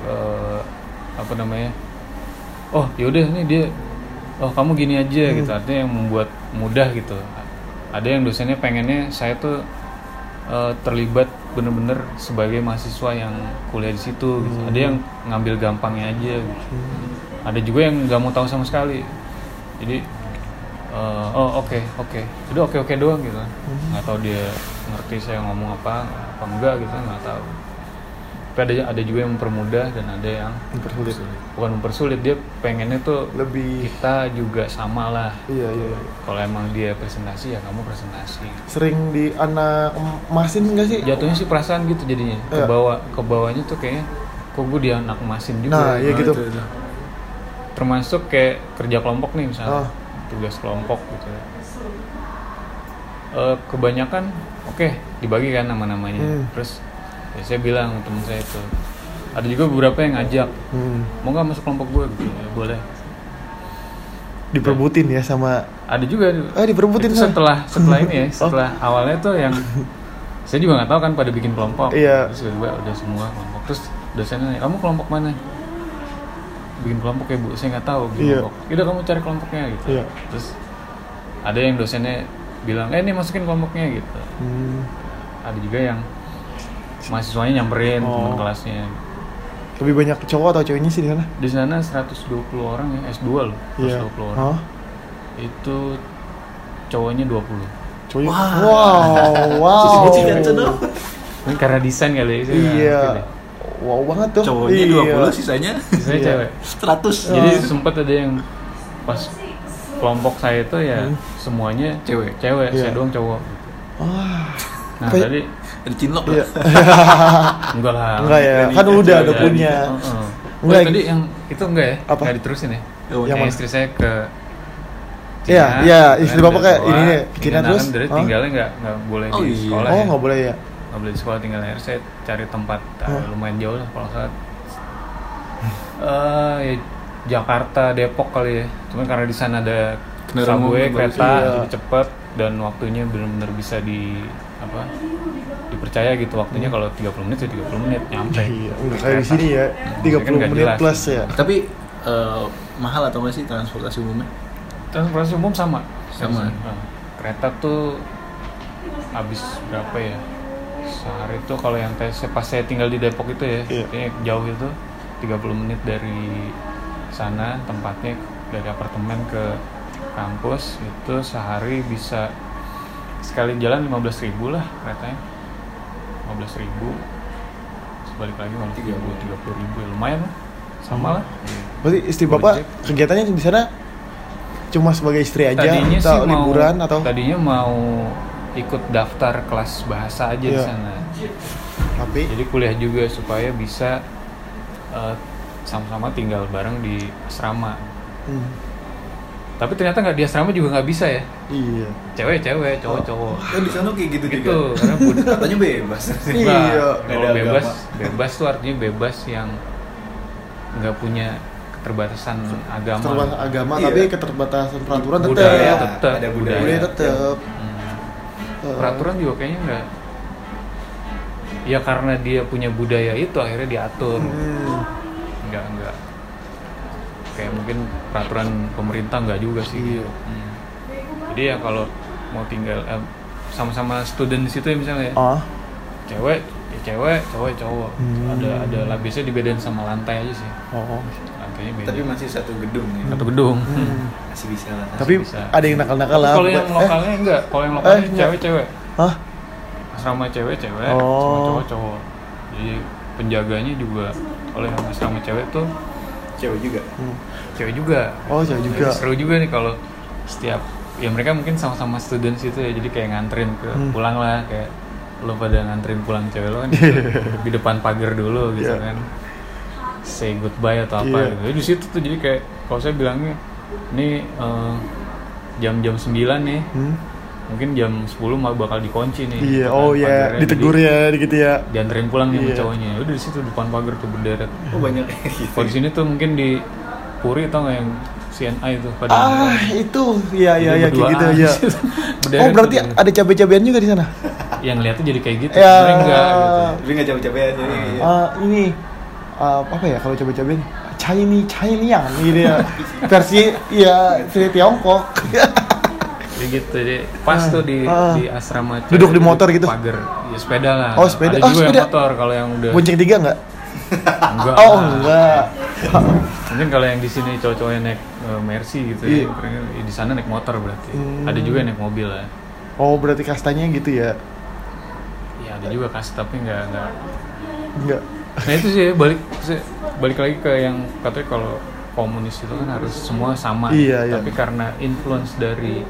oh yaudah nih dia, oh kamu gini aja gitu, artinya yang membuat mudah gitu. Ada yang dosennya pengennya saya tuh terlibat bener-bener sebagai mahasiswa yang kuliah di situ gitu. Ada yang ngambil gampangnya aja gitu. Ada juga yang nggak mau tahu sama sekali, jadi oke udah oke doang gitu. Nggak tahu dia ngerti saya ngomong apa enggak gitu, nggak tahu. Tapi ada juga yang mempermudah dan ada yang bukan mempersulit, dia pengennya tuh lebih kita juga sama lah. Iya. Kalau emang dia presentasi ya kamu presentasi. Sering di anak emasin nggak sih? Jatuhnya sih perasaan gitu jadinya. Ke bawahnya tuh kayaknya kok gue di anak emasin juga. Nah, iya gitu. Itu. Termasuk kayak kerja kelompok nih misalnya. Tugas kelompok gitu. Kebanyakan dibagi kan nama-namanya. Terus ya saya bilang temen saya itu, ada juga beberapa yang ngajak, mau nggak masuk kelompok gue gitu, ya boleh. Diperbutin ya sama. Ada juga. Diperbutin itu setelah ini ya, setelah awalnya tuh yang saya juga nggak tahu kan pada bikin kelompok. Iya. Terus tiba-tiba udah semua kelompok. Terus dosennya nanya, kamu kelompok mana? Bikin kelompok ya bu, saya nggak tahu bikin kelompok. Yaudah kamu cari kelompoknya gitu. Iya. Terus ada yang dosennya bilang, ini masukin kelompoknya gitu. Ada juga yang mahasiswanya nyamperin teman kelasnya. Lebih banyak cowok atau ceweknya sih di sana? Di sana 120 orang ya, S2 loh. 120 orang. Itu cowoknya 20. Cowoknya. Wow. Ini karena desain kali ya. Iya. Wow banget tuh. Cowoknya 20, sisanya cewek. 100. Jadi sempat ada yang pas kelompok saya itu ya semuanya cewek. Saya doang cowok. Nah tadi cinlok lah. Enggak lah. Enggak ya, kan udah punya. Enggak tadi yang itu enggak ya? Apa? Enggak diterusin ya? Yang istri saya ke Cina. Iya, istri bapak kayak ini nih, ke Cina terus. Kan dari tinggalnya enggak boleh di sekolah ya. Enggak boleh ya. Enggak boleh di sekolah, tinggal akhirnya saya cari tempat lumayan jauh lah kalau saat Ya Jakarta, Depok kali ya. Cuman karena di sana ada Kendaraan subway, umum kereta, iya. jadi cepet dan waktunya benar-benar bisa dipercaya gitu waktunya. Kalau 30 menit ya 30 menit nyampe. Iya, udah kayak di sini ya, Kan 30 nggak menit jelas. plus ya. Tapi mahal atau nggak sih transportasi umumnya? Transportasi umum sama. Sama. Kereta tuh habis berapa ya? Sehari tuh kalau yang pas saya tinggal di Depok itu ya, Iya. kayaknya jauh itu 30 menit dari sana tempatnya, dari apartemen ke kampus itu sehari bisa sekali jalan 15.000 lah keretanya. 15.000. Sebalik lagi malah 30.000 ya lumayan lah. Sama lah. Berarti istri bapak kegiatannya di sana cuma sebagai istri aja Tadinya atau sih liburan atau? Tadinya mau ikut daftar kelas bahasa aja di Iya. sana. Tapi Jadi kuliah juga supaya bisa sama-sama tinggal bareng di asrama. Tapi ternyata nggak di asrama juga nggak bisa ya. iya. Cewek-cewek, cowok-cowok. Kan di sana kayak gitu juga. Gitu. Karena Katanya bebas. Iya. Kalau Beda bebas, agama. bebas tuh artinya bebas yang nggak punya keterbatasan agama. Keterbatasan agama Iya. tapi keterbatasan peraturan tetap. Budaya tetap. Ada budaya. Budaya tetap. Peraturan juga kayaknya nggak. Ya karena dia punya budaya itu akhirnya diatur. Nggak. Kayak mungkin peraturan pemerintah nggak juga sih. Iya. Jadi ya kalau mau tinggal sama-sama student di situ ya misalnya ya, cewek ya cewek, cowok ya cowok. Ada lah biasanya dibedain sama lantai aja sih. Lantainya beda. Tapi masih satu gedung ya. Satu gedung. Masih bisa lah. Tapi bisa. ada yang nakal-nakal lah. Kalau yang lokalnya enggak, kalau yang lokalnya enggak. cewek-cewek. Hah? Asrama cewek-cewek, Oh. sama cowok-cowok. Jadi penjaganya juga oleh yang asrama cewek tuh Cewek juga. cewek juga. Oh, cewek juga. Jadi seru juga nih kalau setiap ya mereka mungkin sama-sama student situ ya, jadi kayak nganterin ke pulang lah, kayak lo pada nganterin pulang cewek lo kan di depan pagar dulu gitu Yeah. kan, say goodbye atau apa Yeah. gitu. Jadi di situ tuh jadi kayak kalau saya bilangnya ini jam-jam 9 nih, mungkin jam 10 mah bakal dikunci nih. Iya, depan oh iya, pagarnya. ditegur Jadi ya gitu ya. dianterin pulang nih sama Iya. cowoknya. Udah di situ depan pagar tuh berderet. Oh banyak kayak gitu. Kalau di sini tuh mungkin di Puri tau nggak yang CNI itu pada Itu iya kayak berduaan gitu di ya. situ. Berderet Oh, berarti tuh. ada cabai-cabean juga di sana. Yang lihatnya jadi kayak gitu. Ya. Sebenarnya enggak gitu. Tapi nggak capek-capekan jadi. Ini apa ya kalau cabai-cabean? Chinese gitu ya. Versi Tiongkok. Jadi gitu, jadi pas tuh di asrama cewek Duduk di itu motor gitu? Pagar, ya sepeda lah. Oh, sepeda. Ada Oh, juga sepeda. yang motor kalau yang udah Bonceng 3 enggak? enggak. Oh, lah. enggak. Mungkin kalau yang di sini cowok-cowoknya naik Mercy gitu Iya. ya, di sana naik motor berarti. Ada juga yang naik mobil lah. Oh, berarti kastanya gitu ya. Ya ada juga kas tapi enggak. Enggak. Nah itu sih balik lagi ke yang katanya kalau komunis itu kan harus semua sama. Iya, iya. Tapi karena influence dari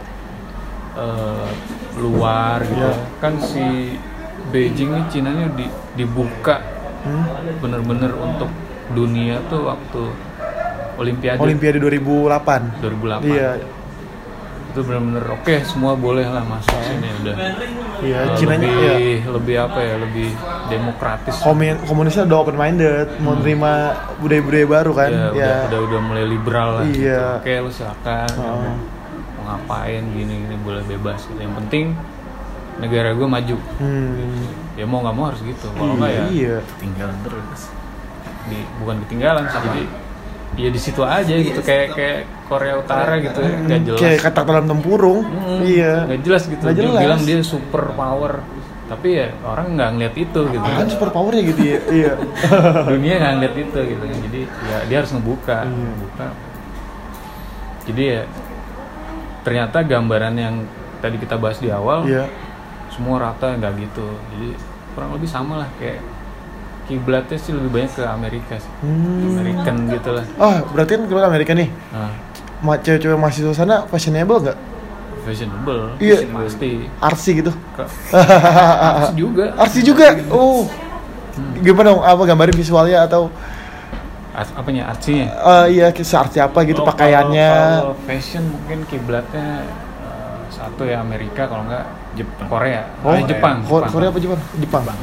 luar gitu, Iya. kan si Beijing ini Cinanya dibuka bener-bener untuk dunia tuh waktu Olimpiade 2008. 2008. Iya. Itu bener-bener oke, semua boleh lah masuk sini udah. Iya, Cinanya lebih apa ya, lebih demokratis. Komunisnya udah open minded, mau nerima budaya-budaya baru kan. Ya, udah mulai liberal lah. Iya. Gitu. Oke, lu silakan. Mau ngapain gini boleh bebas gitu. Yang penting negara gue maju. Ya mau nggak mau harus gitu. Kalau nggak ya Iya. Tinggal terus. bukan ketinggalan sih. Jadi ya di situ aja gitu, kayak Korea Utara gitu ya, nggak jelas. Kayak kata dalam tempurung. Iya. Nggak jelas gitu. Nggak Dia jelas. bilang dia super power. Tapi ya orang nggak ngeliat itu gitu. Kan super powernya gitu ya. Iya. Dunia nggak ngeliat itu gitu. Jadi ya dia harus ngebuka. Jadi ya ternyata gambaran yang tadi kita bahas di awal, Iya. semua rata nggak gitu. Jadi kurang lebih sama lah, kayak kiblatnya sih lebih banyak ke Amerika sih. American gitu lah. Berarti kan keluar Amerika nih. Nah, Cewek-cewek mahasiswa sana fashionable nggak? fashionable. Iya. Pasti. Artsy gitu. Artsy juga. Artsy juga. Oh. Gimana dong? Apa gambarin visualnya atau Apanya artsinya? iya seartsy apa gitu pakaiannya? Kalau fashion mungkin kiblatnya satu ya Amerika, kalau nggak Korea. Oh, Jepang. Korea apa Jepang? Jepang.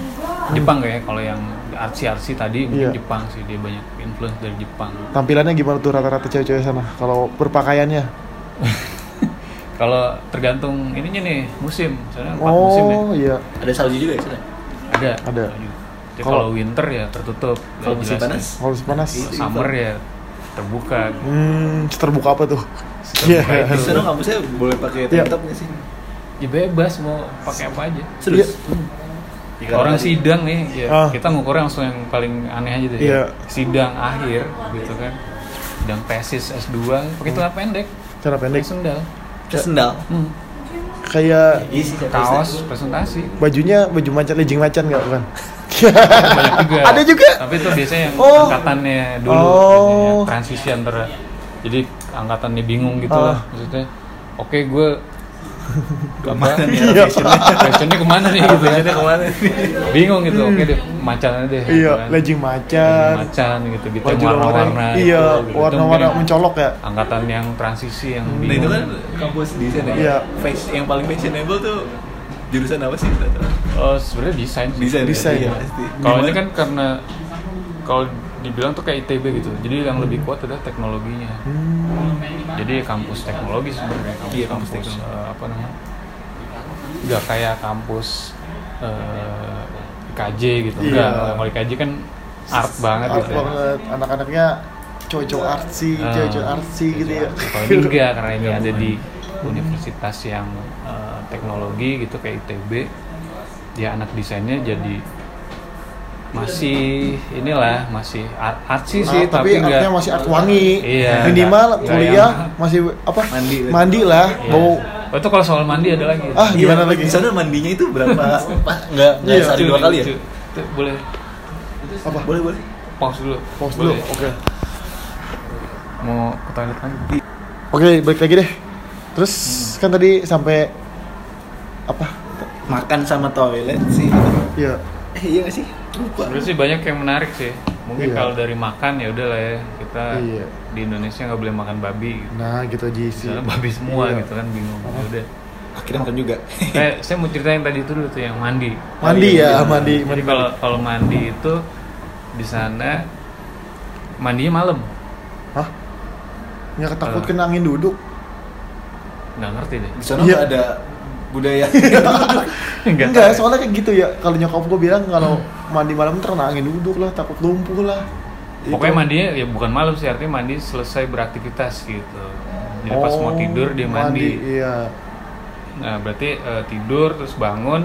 Jepang kayak kalau yang artsy tadi mungkin Iya. Jepang sih, dia banyak influence dari Jepang. Tampilannya gimana tuh rata-rata cewek-cewek sana kalau berpakaiannya? Kalau tergantung ininya nih musim, misalnya 4 musim ya. Oh iya. Ada salju juga ya sana? Ada. Ada. Jadi kalau winter ya tertutup. Kalau nggak musim jelas panas? deh. Kalau panas. Iya. Summer ya terbuka. Terbuka apa tuh? Terbuka Iya. Di sana kampusnya boleh pakai Iya. tank top nggak sih? Ya bebas mau pakai apa aja. Serius? Ya, orang sidang nih, ya kita ngukurnya langsung yang paling aneh aja deh. Iya. Sidang akhir gitu kan. Sidang tesis S2 pakai celana pendek, Cara pendek. pakai sendal. Sendal. Kayak Iya sih, Kaos presentasi. bajunya baju macan, legging macan nggak bukan? Banyak juga. Ada juga? Tapi itu biasanya yang Oh. angkatannya dulu, Oh. biasanya transisi antara. Jadi angkatannya bingung gitu lah, maksudnya. Oke, gue Kemana nih? Iya. fashionnya kemana nih gitu kan. Fashionnya kemana nih? Bingung gitu, oke deh macan aja deh gitu Iya, kan. legging macan. Macan gitu gitu Baju warna-warna iya, gitu, gitu. warna-warna Itu mungkin mencolok ya. angkatan yang transisi yang Nah bingung. itu kan kampus di sana ya? Iya. Yang paling fashionable tuh jurusan apa sih? Oh, sebenarnya desain sih. Desain. Iya, pasti. Kalau ini Gimana? kan karena kalau dibilang tuh kayak ITB gitu, jadi yang lebih kuat adalah teknologinya. Jadi kampus teknologi sebenarnya, Iya, kampus teknologi. apa namanya? Nggak kayak kampus IKJ gitu, Iya. enggak. Kalau IKJ kan art banget Art gitu. Ya. banget, anak-anaknya cowok-cowok artsy, cewek-cewek artsy gitu ya. Kalau ini enggak, karena ini ada di universitas yang teknologi gitu kayak ITB, ya anak desainnya jadi masih inilah masih artsy sih, tapi enggak. artnya masih art wangi. Iya, Minimal nggak kuliah yang- masih apa? Mandi. Mandi lah. Iya. Bau. Oh, itu kalau soal mandi ada lagi. Ah, gimana Iya, lagi? Di sana mandinya itu berapa? Enggak Iya. sehari 2 kali ya? Itu boleh Apa? Boleh. pause dulu. Pause dulu. Boleh. Oke. Mau ke toilet lagi. Oke, balik lagi deh. Terus kan tadi sampai apa? Makan sama toilet sih. Iya. Iya nggak sih? Lupa. Sebenarnya sih banyak yang menarik sih. Mungkin Iya. kalau dari makan ya udah lah ya, kita Iya. di Indonesia nggak boleh makan babi. Gitu. Nah, gitu aja sih. Soalnya babi semua Iya. gitu kan, bingung. Ya udah. Akhirnya makan juga. Saya mau cerita yang tadi itu dulu tuh yang mandi. Mandi iya, ya, iya. mandi. Jadi kalau mandi itu di sana mandinya malam. Hah? Nggak ketakut kena angin duduk. Nggak ngerti deh. Di sana Iya. nggak ada budaya. Enggak, soalnya kayak gitu ya. Kalau nyokap gue bilang kalau mandi malam terkena angin duduk lah, takut lumpuh lah. Pokoknya Itu. mandinya ya bukan malam sih, artinya mandi selesai beraktivitas gitu. Jadi pas mau Oh, tidur dia mandi. Iya. Nah berarti tidur terus bangun,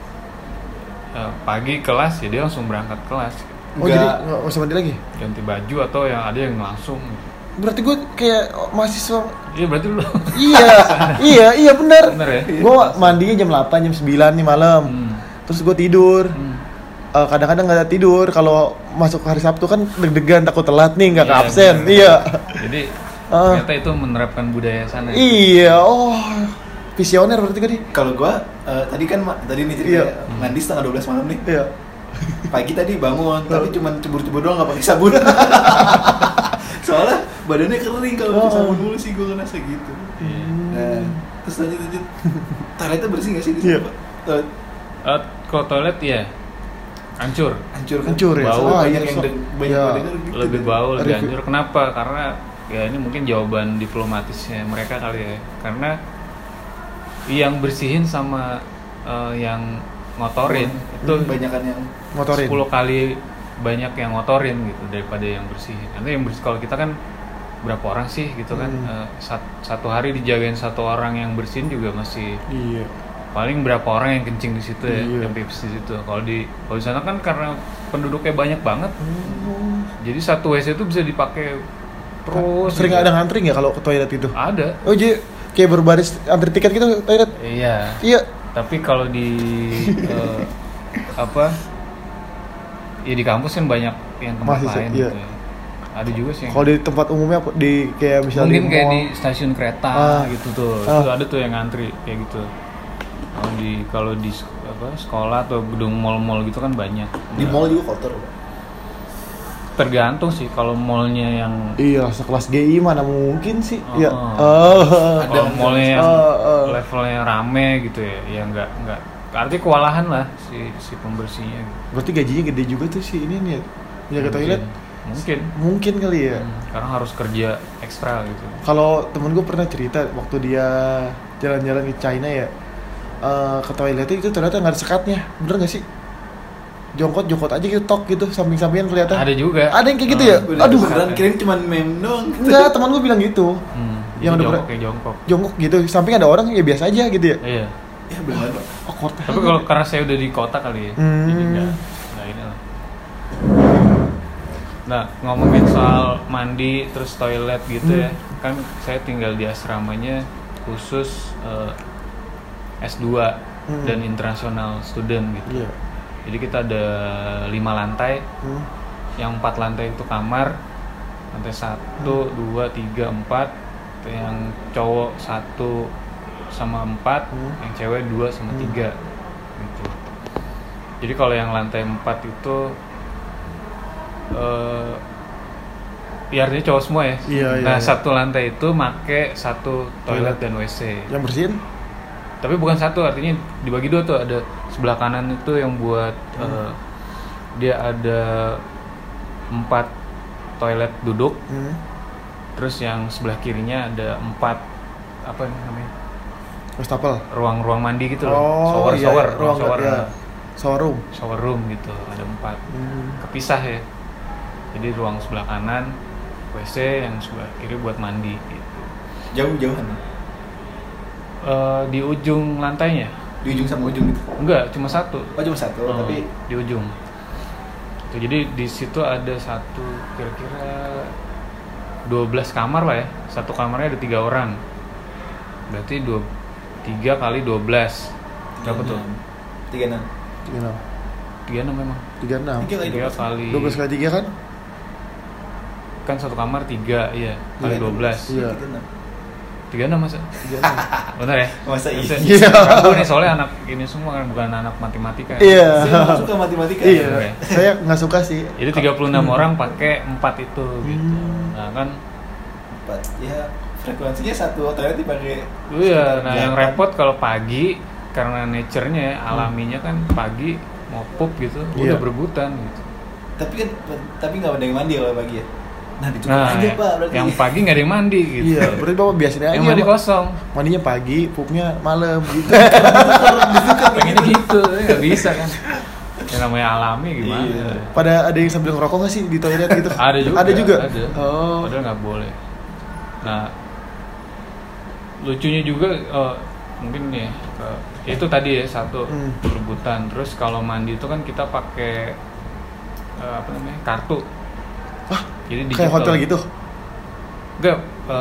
pagi kelas ya dia langsung berangkat kelas. Oh, Nggak. jadi nggak usah mandi lagi? Ganti baju atau yang ada yang langsung. Berarti gue kayak mahasiswa. Iya berarti lu. iya benar. Bener ya? Gue mandinya jam 8, jam 9 nih malam. Terus gue tidur. Kadang-kadang nggak tidur kalau masuk hari Sabtu kan deg-degan takut telat nih nggak ke Iya, absen. bener. Iya. Jadi ternyata itu menerapkan budaya sana. Iya. Oh, visioner berarti gue nih. Kalau gua tadi kan tadi nih cerita Iya. mandi setengah 12 malam nih. Iya. Pagi tadi bangun, tapi cuma cebur-cebur doang nggak pakai sabun. Soalnya badannya kering kalau pakai sabun mulu sih gua ngerasa gitu. Nah, terus lanjut. Toiletnya bersih nggak sih di Iya. sana? Pak? Kalau toilet ya hancur. Hancur kan? Hancur ya. Bau, Ah, banyak iya, yang sok. banyak Iya. yang denger gitu. Lebih bau, lebih Review. hancur. Kenapa? Karena ya ini mungkin jawaban diplomatisnya mereka kali ya. Karena yang bersihin sama yang ngotorin itu banyakan yang Motorin. 10 kali banyak yang ngotorin gitu daripada yang bersihin. Nanti yang bersih, kalau kita kan berapa orang sih gitu kan, satu hari dijagain satu orang yang bersihin juga masih Iya. paling berapa orang yang kencing di situ ya, Iya. yang pipis di situ. Kalau di sana kan karena penduduknya banyak banget, jadi satu WC itu bisa dipakai terus. Sering gitu. ada ngantri nggak kalau ke toilet itu? Ada. Oh, jadi kayak berbaris antri tiket gitu toilet? Iya. Iya. Tapi kalau di ya di kampus kan banyak yang tempat Mahasiswa, lain iya. gitu ya. Ada juga sih yang Kalau di tempat umumnya di kayak misalnya mungkin kayak mall. di stasiun kereta gitu tuh. Itu ada tuh yang ngantri kayak gitu. Kalau di sekolah atau gedung mall-mall gitu kan banyak. di mall juga kotor. Tergantung sih kalau mallnya yang Iya, sekelas GI mana mungkin sih? Oh. Iya. kalau mallnya yang Oh. levelnya rame gitu ya, ya nggak artinya kewalahan lah si pembersihnya gitu. Berarti gajinya gede juga tuh si ini nih jaga toilet. Mungkin kali ya. Karena harus kerja ekstra gitu. Kalau temen gue pernah cerita waktu dia jalan-jalan di China ya, ke toiletnya itu ternyata nggak ada sekatnya, bener nggak sih? Jongkot aja gitu, tok gitu, samping-sampingan kelihatan. Ada juga. Ada yang kayak gitu ya? Aduh. Beneran kirain cuma meme doang. Enggak, teman gue bilang gitu. Yang ada jongkok. Jongkok gitu, samping ada orang ya biasa aja gitu ya. Iya. Ya beneran Pak. Tapi kalau karena saya udah di kota kali ya, jadi nggak ini lah. Nah, ngomongin soal mandi terus toilet gitu ya, kan saya tinggal di asramanya khusus S2 dan international student gitu. Iya. Jadi kita ada 5 lantai, yang 4 lantai itu kamar, lantai 1, 2, 3, 4, yang cowok 1 sama 4, yang cewek 2 sama 3 gitu. Jadi kalau yang lantai 4 itu ya artinya cowok semua ya. Iya, nah, iya. satu lantai itu make satu toilet dan WC. Yang bersihin? Tapi bukan satu, artinya dibagi 2 tuh. Ada sebelah kanan itu yang buat dia ada 4 toilet duduk. Terus yang sebelah kirinya ada 4 apa namanya? Wastafel. Ruang mandi gitu loh. Oh, Shower, iya. Shower room. Gitu, ada 4. Kepisah ya. Jadi ruang sebelah kanan WC, yang sebelah kiri buat mandi gitu. Jauh-jauhan. Di ujung lantainya. Di ujung sama ujung gitu. Enggak, cuma satu. Oh, cuma satu, tapi di ujung. Tuh, jadi di situ ada satu kira-kira 12 kamar lah ya. Satu kamarnya ada 3 orang. Berarti 3 kali 12. Berapa tuh? 36. 36 memang. 36. 3 kali 12 kali 3 kan? Kan satu kamar 3, iya. Kali 12. Iya. 36 masa? 36. Benar ya? Masa iya? Iya. Aku nih soalnya anak ini semua kan, bukan anak matematika. Iya. Saya nggak suka matematika. Iya. Saya nggak suka sih. Jadi 36 orang pakai 4 itu gitu. Nah kan 4. Ya frekuensinya satu toilet dipakai. iya, nah yang repot kalau pagi karena nature-nya ya, alaminya kan pagi mau pup gitu, Iya. udah berebutan gitu. Tapi nggak ada yang mandi kalau pagi ya. Nah, dicukup Nah, aja Pak berarti. yang pagi nggak ada yang mandi gitu. Iya, berarti bapak biasanya aja. Yang mandi Pak. kosong. Mandinya pagi, pupnya malam gitu. Pengennya gitu, nggak bisa kan. Yang namanya alami gimana? Iya. Pada ada yang sambil ngerokok nggak sih di toilet gitu? Ada juga. Ada juga. Ada. Oh. Padahal nggak boleh. Nah, lucunya juga mungkin ya itu tadi ya satu perebutan. Terus kalau mandi itu kan kita pakai apa namanya, kartu. Wah, jadi kayak hotel gitu? Enggak,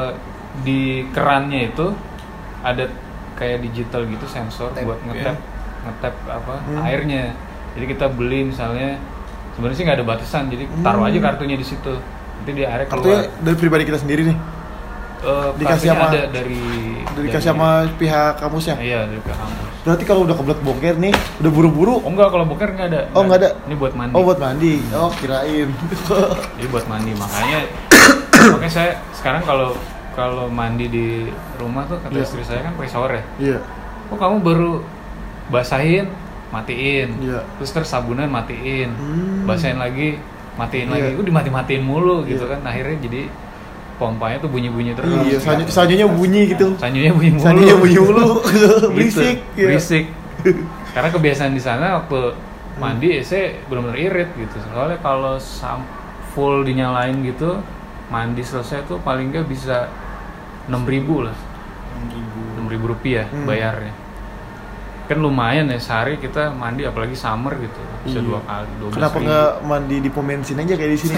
di kerannya itu ada kayak digital gitu, sensor Tap, buat ngetap apa airnya. Jadi kita beli misalnya, sebenarnya sih nggak ada batasan, jadi taruh aja kartunya di situ, nanti dia airnya keluar. Kartunya dari pribadi kita sendiri nih? Dikasih kartunya sama ada dari dikasih sama pihak kampusnya? Iya, dari pihak kampus. Berarti kalau udah kebelet boker nih, udah buru-buru. Oh enggak, kalau boker nggak ada. Oh, nggak ada? Ini buat mandi. Oh, buat mandi. Oh, kirain. Jadi buat mandi, makanya saya sekarang kalau mandi di rumah tuh kata istri saya kan pakai shower ya. Iya. Oh, kamu baru basahin, matiin. Iya. Terus sabunan matiin. Basahin lagi, matiin lagi. Iya. Itu dimati-matiin mulu gitu Iya. kan. Akhirnya jadi pompanya tuh bunyi-bunyi terus. Iya, sanyonya bunyi gitu. Sanyonya bunyi mulu. Sanyonya bunyi mulu. Gitu, Berisik. Iya. berisik. Karena kebiasaan di sana waktu mandi saya benar-benar irit gitu. Soalnya kalau full dinyalain gitu, mandi selesai tuh paling nggak bisa 6.000 lah. 6.000 rupiah bayarnya. Kan lumayan ya, sehari kita mandi, apalagi summer gitu, bisa 2 kali, 12.000. Kenapa nggak mandi di pom bensin aja kayak di sini?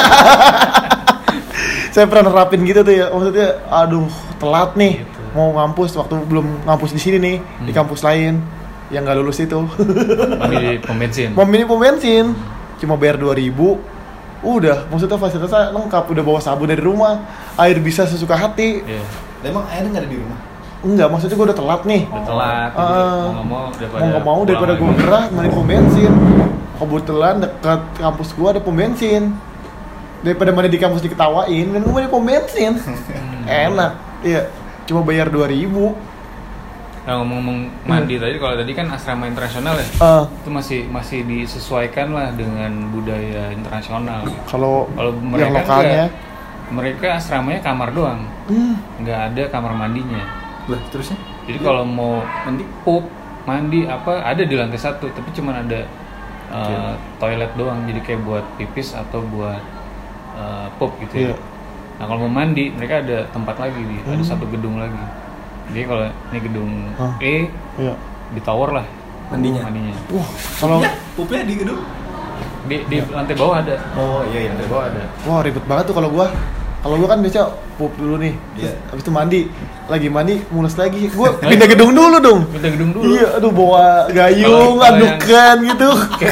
Saya pernah nerapin gitu tuh ya, maksudnya aduh telat nih Gitu. mau ngampus, waktu belum ngampus di sini nih, di kampus lain yang nggak lulus itu. Mandi di pom bensin. Pom bensin cuma bayar 2.000, udah, maksudnya fasilitasnya lengkap, udah bawa sabun dari rumah, air bisa sesuka hati. Iya. Emang airnya nggak ada di rumah? Enggak, maksudnya gue udah telat nih. Udah telat, jadi mau nggak mau daripada gue gerah mandi pom bensin. Kebetulan dekat kampus gue ada pom bensin. Daripada mandi di kampus diketawain, dan gue mandi pom bensin. Enak, iya. Cuma bayar 2.000. Nah, ngomong-ngomong mandi tadi, kalau tadi kan asrama internasional ya, itu masih disesuaikan lah dengan budaya internasional. Kalau mereka yang lokalnya, mereka asramanya kamar doang, nggak ada kamar mandinya. Lah terusnya? Jadi kalau mau mandi apa ada di lantai 1, tapi cuma ada toilet doang, jadi kayak buat pipis atau buat pup gitu ya. Nah kalau mau mandi mereka ada tempat lagi, ada satu gedung lagi. Jadi kalau ini gedung E, di tower lah mandinya. Wah, kalau pupnya di gedung di lantai bawah ada. Oh iya, lantai bawah ada. Wah ribet banget tuh kalau gua kan biasa pup dulu nih, terus habis itu mandi, lagi mandi mulus lagi, gua pindah gedung dulu dong. Iya, aduh bawa gayung, andukan gitu.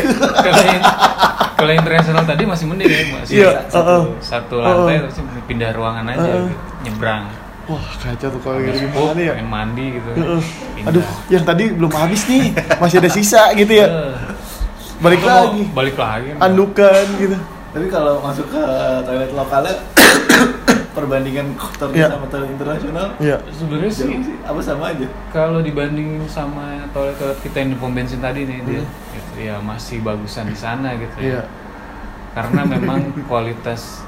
Kalau internasional tadi masih mending ya, masih satu lantai terus pindah ruangan aja, gitu, nyebrang. Wah kacau tuh kalau gimana ya? Pengen mandi gitu. Aduh, yang tadi belum habis nih, masih ada sisa gitu ya. Balik lagi. Andukan gitu. Tapi kalau masuk ke toilet lokalnya perbandingan kotornya sama toilet internasional, sebenarnya sih apa sama aja. Kalau dibanding sama toilet kita yang di pom bensin tadi nih, dia gitu, ya masih bagusan di sana gitu ya. Karena memang kualitas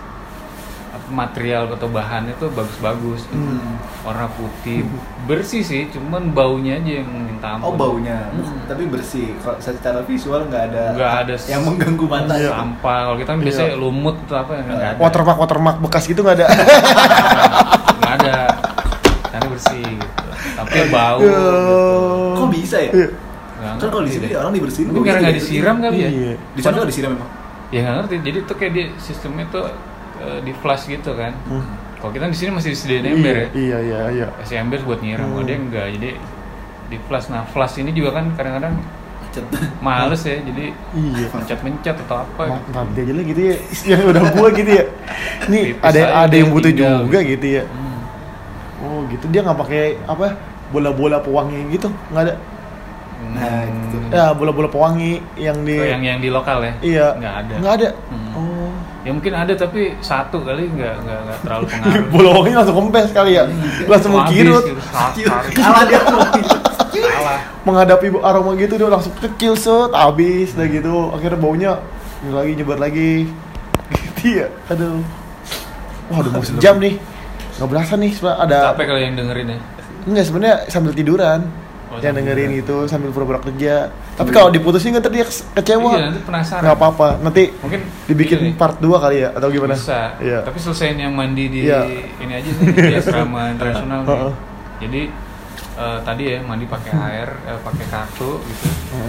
material atau bahannya tuh bagus-bagus, warna putih, bersih sih, cuman baunya aja yang minta ampun. Oh baunya, tapi bersih. Kalau secara visual nggak ada yang mengganggu mata. Sampah, kalau kita kan biasanya lumut atau apa yang nggak ada. Watermark bekas gitu nggak ada. Nggak ada, karena bersih gitu. Tapi bau. Gitu. Kok bisa ya? Kan kalau di sini orang dibersihin. Mungkin karena nggak disiram kali ya. Di sana nggak disiram memang. Ya nggak ngerti. Jadi tuh kayak dia sistemnya tuh di flash gitu kan. Kalau kita di sini masih disediain ember ya. Iya. Kasih ember buat nyiram. Kalau dia enggak, jadi di flash. Nah, flash ini juga kan kadang-kadang males ya. Jadi mencet atau apa. Nanti aja lah gitu ya. Yang udah gua gitu ya. Nih ada yang butuh juga gitu ya. Oh, gitu dia enggak pakai apa? Bola-bola pewangi gitu. Enggak ada. Nah, gitu. Ya, bola-bola pewangi yang di lokal ya. Iya. Enggak ada. Oh. Ya mungkin ada tapi satu kali nggak terlalu pengaruh. Bola wangi langsung kempes kali ya, langsung mengkirut. Kalah dia salah. Menghadapi aroma gitu dia langsung kecil habis dah gitu. Akhirnya baunya nyebar lagi. Gitu ya. Aduh. Wah, udah mau sejam nih. Nggak berasa nih sebenarnya ada. Capek kalau yang dengerin ya. Enggak, sebenarnya sambil tiduran. Yang dengerin gitu sambil pura-pura kerja. Tapi kalau diputusin kan dia kecewa. Iya, nanti penasaran. Nggak apa-apa. Nanti mungkin dibikin part 2 kali ya atau gimana? Bisa. Iya. Tapi selesaiin yang mandi di ini aja nih, di asrama internasional nih. Jadi tadi ya mandi pakai air, pakai kartu gitu.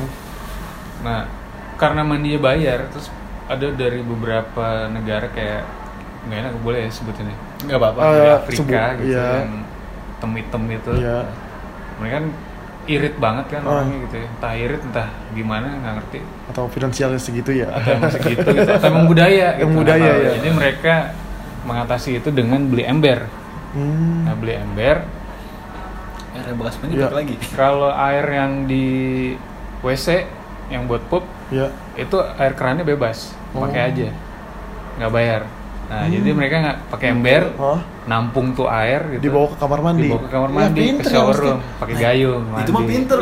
Nah, karena mandinya bayar, terus ada dari beberapa negara kayak nggak enak boleh ya sebutinnya. Nggak apa-apa. Dari Afrika gitu yang hitam-hitam itu. Iya. Mereka kan irit banget kan orangnya gitu ya, entah irit entah gimana nggak ngerti, atau finansialnya segitu ya, atau emang segitu gitu, atau emang budaya gitu. Ya. Jadi mereka mengatasi itu dengan beli ember. Nah, beli ember air bekas mandi lagi. Kalau air yang di WC yang buat pup itu air kerannya bebas, pakai aja, nggak bayar. Nah, jadi mereka nggak pakai ember, nampung tuh air gitu. Dibawa ke kamar mandi. Ke shower room, pakai gayung. Itu mah pinter.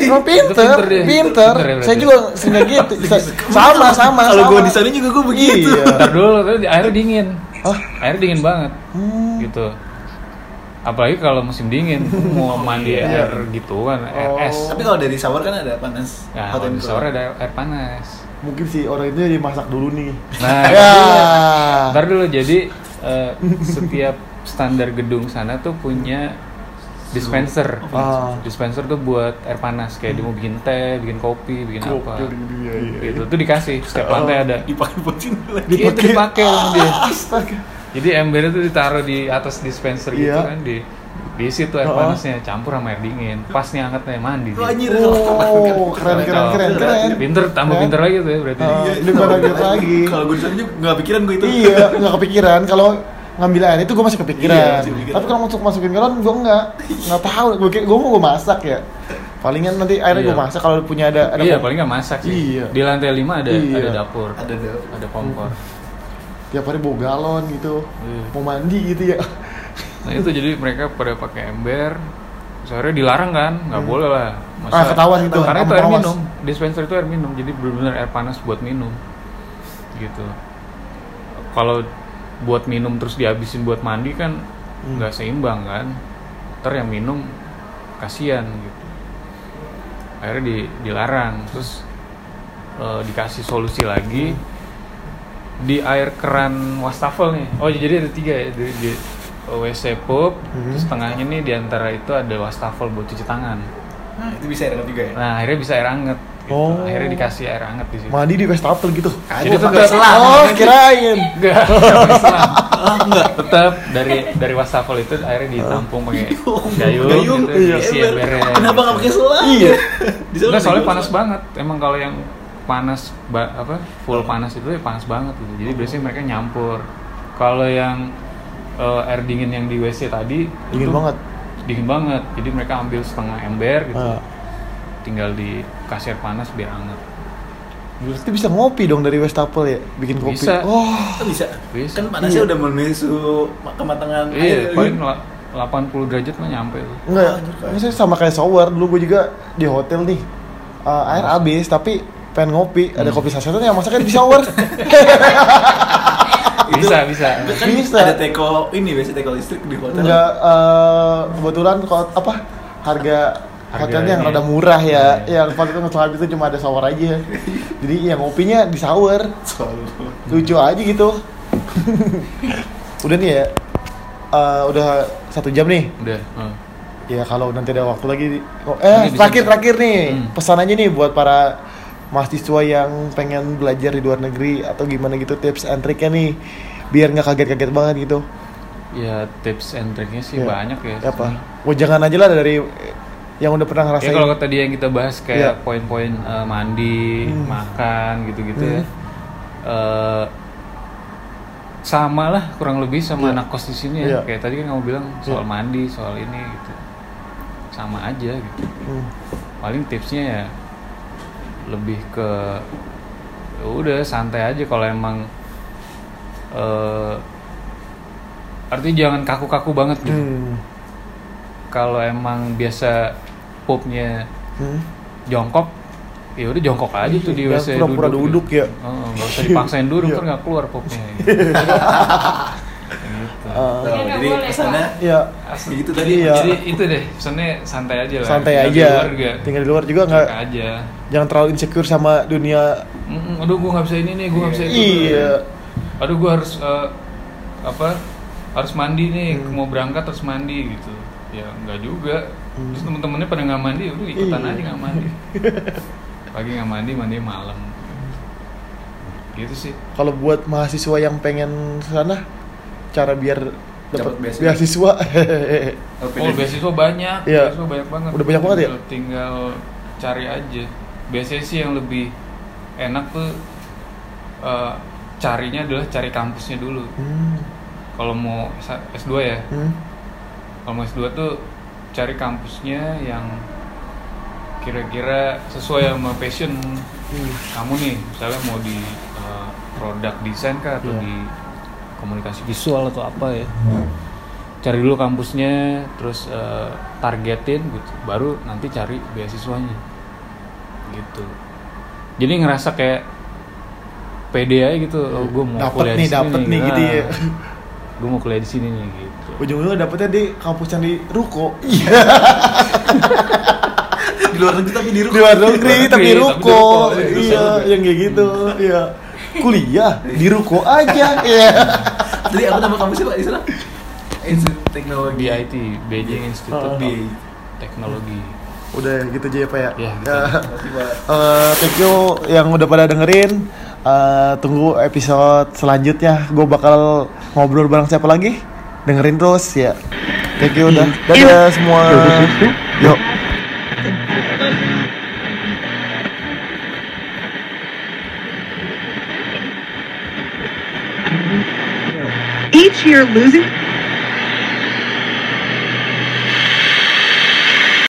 Pinter. Saya juga sering gitu. Sama. Kalau gue di sana juga gue begitu. Ntar dulu, airnya dingin. Airnya dingin banget. Gitu. Apalagi kalau musim dingin, mau mandi air gitu kan, air es. Tapi kalau dari shower kan ada panas. Nah, kalau di shower ada air panas. Mungkin sih orang itu dimasak dulu nih. Nah, ntar dulu. Jadi setiap standar gedung sana tuh punya dispenser. Dispenser tuh buat air panas. Kayak dia mau bikin teh, bikin kopi, bikin apa. Itu tuh dikasih. Setiap lantai ada. Dipakai sama dia. Astaga. Jadi embernya tuh ditaruh di atas dispenser gitu kan, diisi tuh air panasnya, campur sama air dingin. Pas nih angetnya mandi. Oh, keren. Pinter, tambah pinter lagi tuh ya berarti. Lebih lagi. Kalau gue di sana juga nggak kepikiran gue itu. Iya, nggak kepikiran. Kalau ngambil air itu gue masih kepikiran. Tapi kalau masukin galon gue nggak tahu. Gue mau masak ya. Palingan nanti airnya gue masak kalau punya ada. Iya, paling nggak masak sih. Di lantai 5 ada dapur, ada kompor. Tiap hari bawa galon gitu, mau mandi gitu ya. Nah itu jadi mereka pada pakai ember, Akhirnya dilarang kan, nggak boleh lah. Ketahuan gitu. Karena itu air minum, dispenser itu air minum, jadi benar-benar air panas buat minum, gitu. Kalau buat minum terus dihabisin buat mandi kan nggak seimbang kan. Ntar yang minum kasihan gitu. Akhirnya dilarang, terus dikasih solusi lagi di air keran wastafel nih. Oh jadi ada 3 ya di WC pup, terus tengahnya nih diantara itu ada wastafel buat cuci tangan. Nah, itu bisa air hangat juga ya? Nah, akhirnya bisa air hangat. Gitu. Akhirnya dikasih air hangat di situ. Mandi di wastafel gitu. Jadi itu pakai selang. Oh, kirain. Enggak, selang. Enggak. Tetap dari wastafel itu akhirnya ditampung pakai gayung gitu, isi embernya. Kenapa enggak pakai selang? Iya. Enggak, soalnya panas banget. Emang kalau yang panas full panas itu ya panas banget gitu. Jadi biasanya mereka nyampur. Kalau yang air dingin yang di WC tadi dingin banget. Jadi mereka ambil setengah ember gitu. Tinggal dikasih air panas biar hangat. Berarti bisa ngopi dong dari wastafel ya, bikin kopi. Bisa. Bisa. Kan panasnya udah menuju kematangan air. Paling 80 derajat mah nyampe tuh. Enggak, misalnya sama kayak shower. Dulu gue juga di hotel nih, air habis tapi pengen ngopi, ada kopi sasetan yang masaknya di shower. Bisa. Kan bisa. Ada teko biasa teko listrik di hotel. Enggak, kebetulan harga hotelnya yang rada murah ya. Yang waktu itu nge-shower itu cuma ada shower aja. Jadi yang ngopinya di shower. Lucu aja gitu. Udah nih ya. Udah 1 jam nih. Udah. Ya kalau nanti ada waktu lagi. Terakhir nih. Pesan aja nih buat para mahasiswa yang pengen belajar di luar negeri atau gimana gitu, tips and triknya nih biar nggak kaget-kaget banget gitu. Ya tips and triknya sih banyak ya. Apa? Jangan aja lah dari yang udah pernah ngerasain. Ya kalau tadi yang kita bahas kayak poin-poin mandi, makan gitu-gitu ya. Sama lah kurang lebih sama anak kos di sini ya. Kayak tadi kan kamu bilang soal mandi, soal ini gitu. Sama aja gitu. Paling tipsnya ya lebih ke udah santai aja kalau emang artinya jangan kaku-kaku banget gitu. Kalau emang biasa pupnya jongkok, ya udah jongkok aja tuh di WC, pura-pura duduk ya. Nggak usah dipaksain duduk, ntar nggak keluar pupnya. Gitu. Jadi pesannya gitu tadi. Jadi itu deh, pesannya santai aja lah. Santai aja. Tinggal di luar juga nggak. Aja. Jangan terlalu insecure sama dunia. Aduh, gue nggak bisa ini nih, gue nggak bisa itu. Iya. Aduh, gue harus harus mandi nih, mau berangkat harus mandi gitu. Ya nggak juga. Terus temen-temennya pada nggak mandi, udah ikutan aja nggak mandi. Pagi nggak mandi malam. Gitu sih. Kalau buat mahasiswa yang pengen sana, cara biar dapat beasiswa. Beasiswa banyak. Iya. Beasiswa banyak banget. Udah banyak banget ya? Tinggal cari aja. Biasanya sih yang lebih enak tuh carinya adalah cari kampusnya dulu. Kalau mau S2 ya. Kalau mau S2 tuh cari kampusnya yang kira-kira sesuai sama passion kamu nih. Misalnya mau di product design kah atau di komunikasi visual atau apa ya. Cari dulu kampusnya, terus targetin gitu, baru nanti cari beasiswanya gitu. Jadi ngerasa kayak pede aja gitu. Oh, gue mau kuliah di sini gitu ya. Gue mau kuliah di sini nih gitu. Ujung-ujungnya dapetnya di kampus yang di Ruko. Di luar negeri tapi di Ruko. Di luar negeri tapi di Ruko. Iya, yang kayak gitu. Iya. Kuliah di Ruko aja. Iya. Tadi aku nama kampusnya Pak di sana. Institut Teknologi BIT, Beijing Institute of Teknologi. Udah gitu aja ya Pak ya. Ya gitu. Thank you yang udah pada dengerin. Tunggu episode selanjutnya. Gue bakal ngobrol bareng siapa lagi. Dengerin terus ya. Thank you udah. Dadah semua. Yuk. Each year losing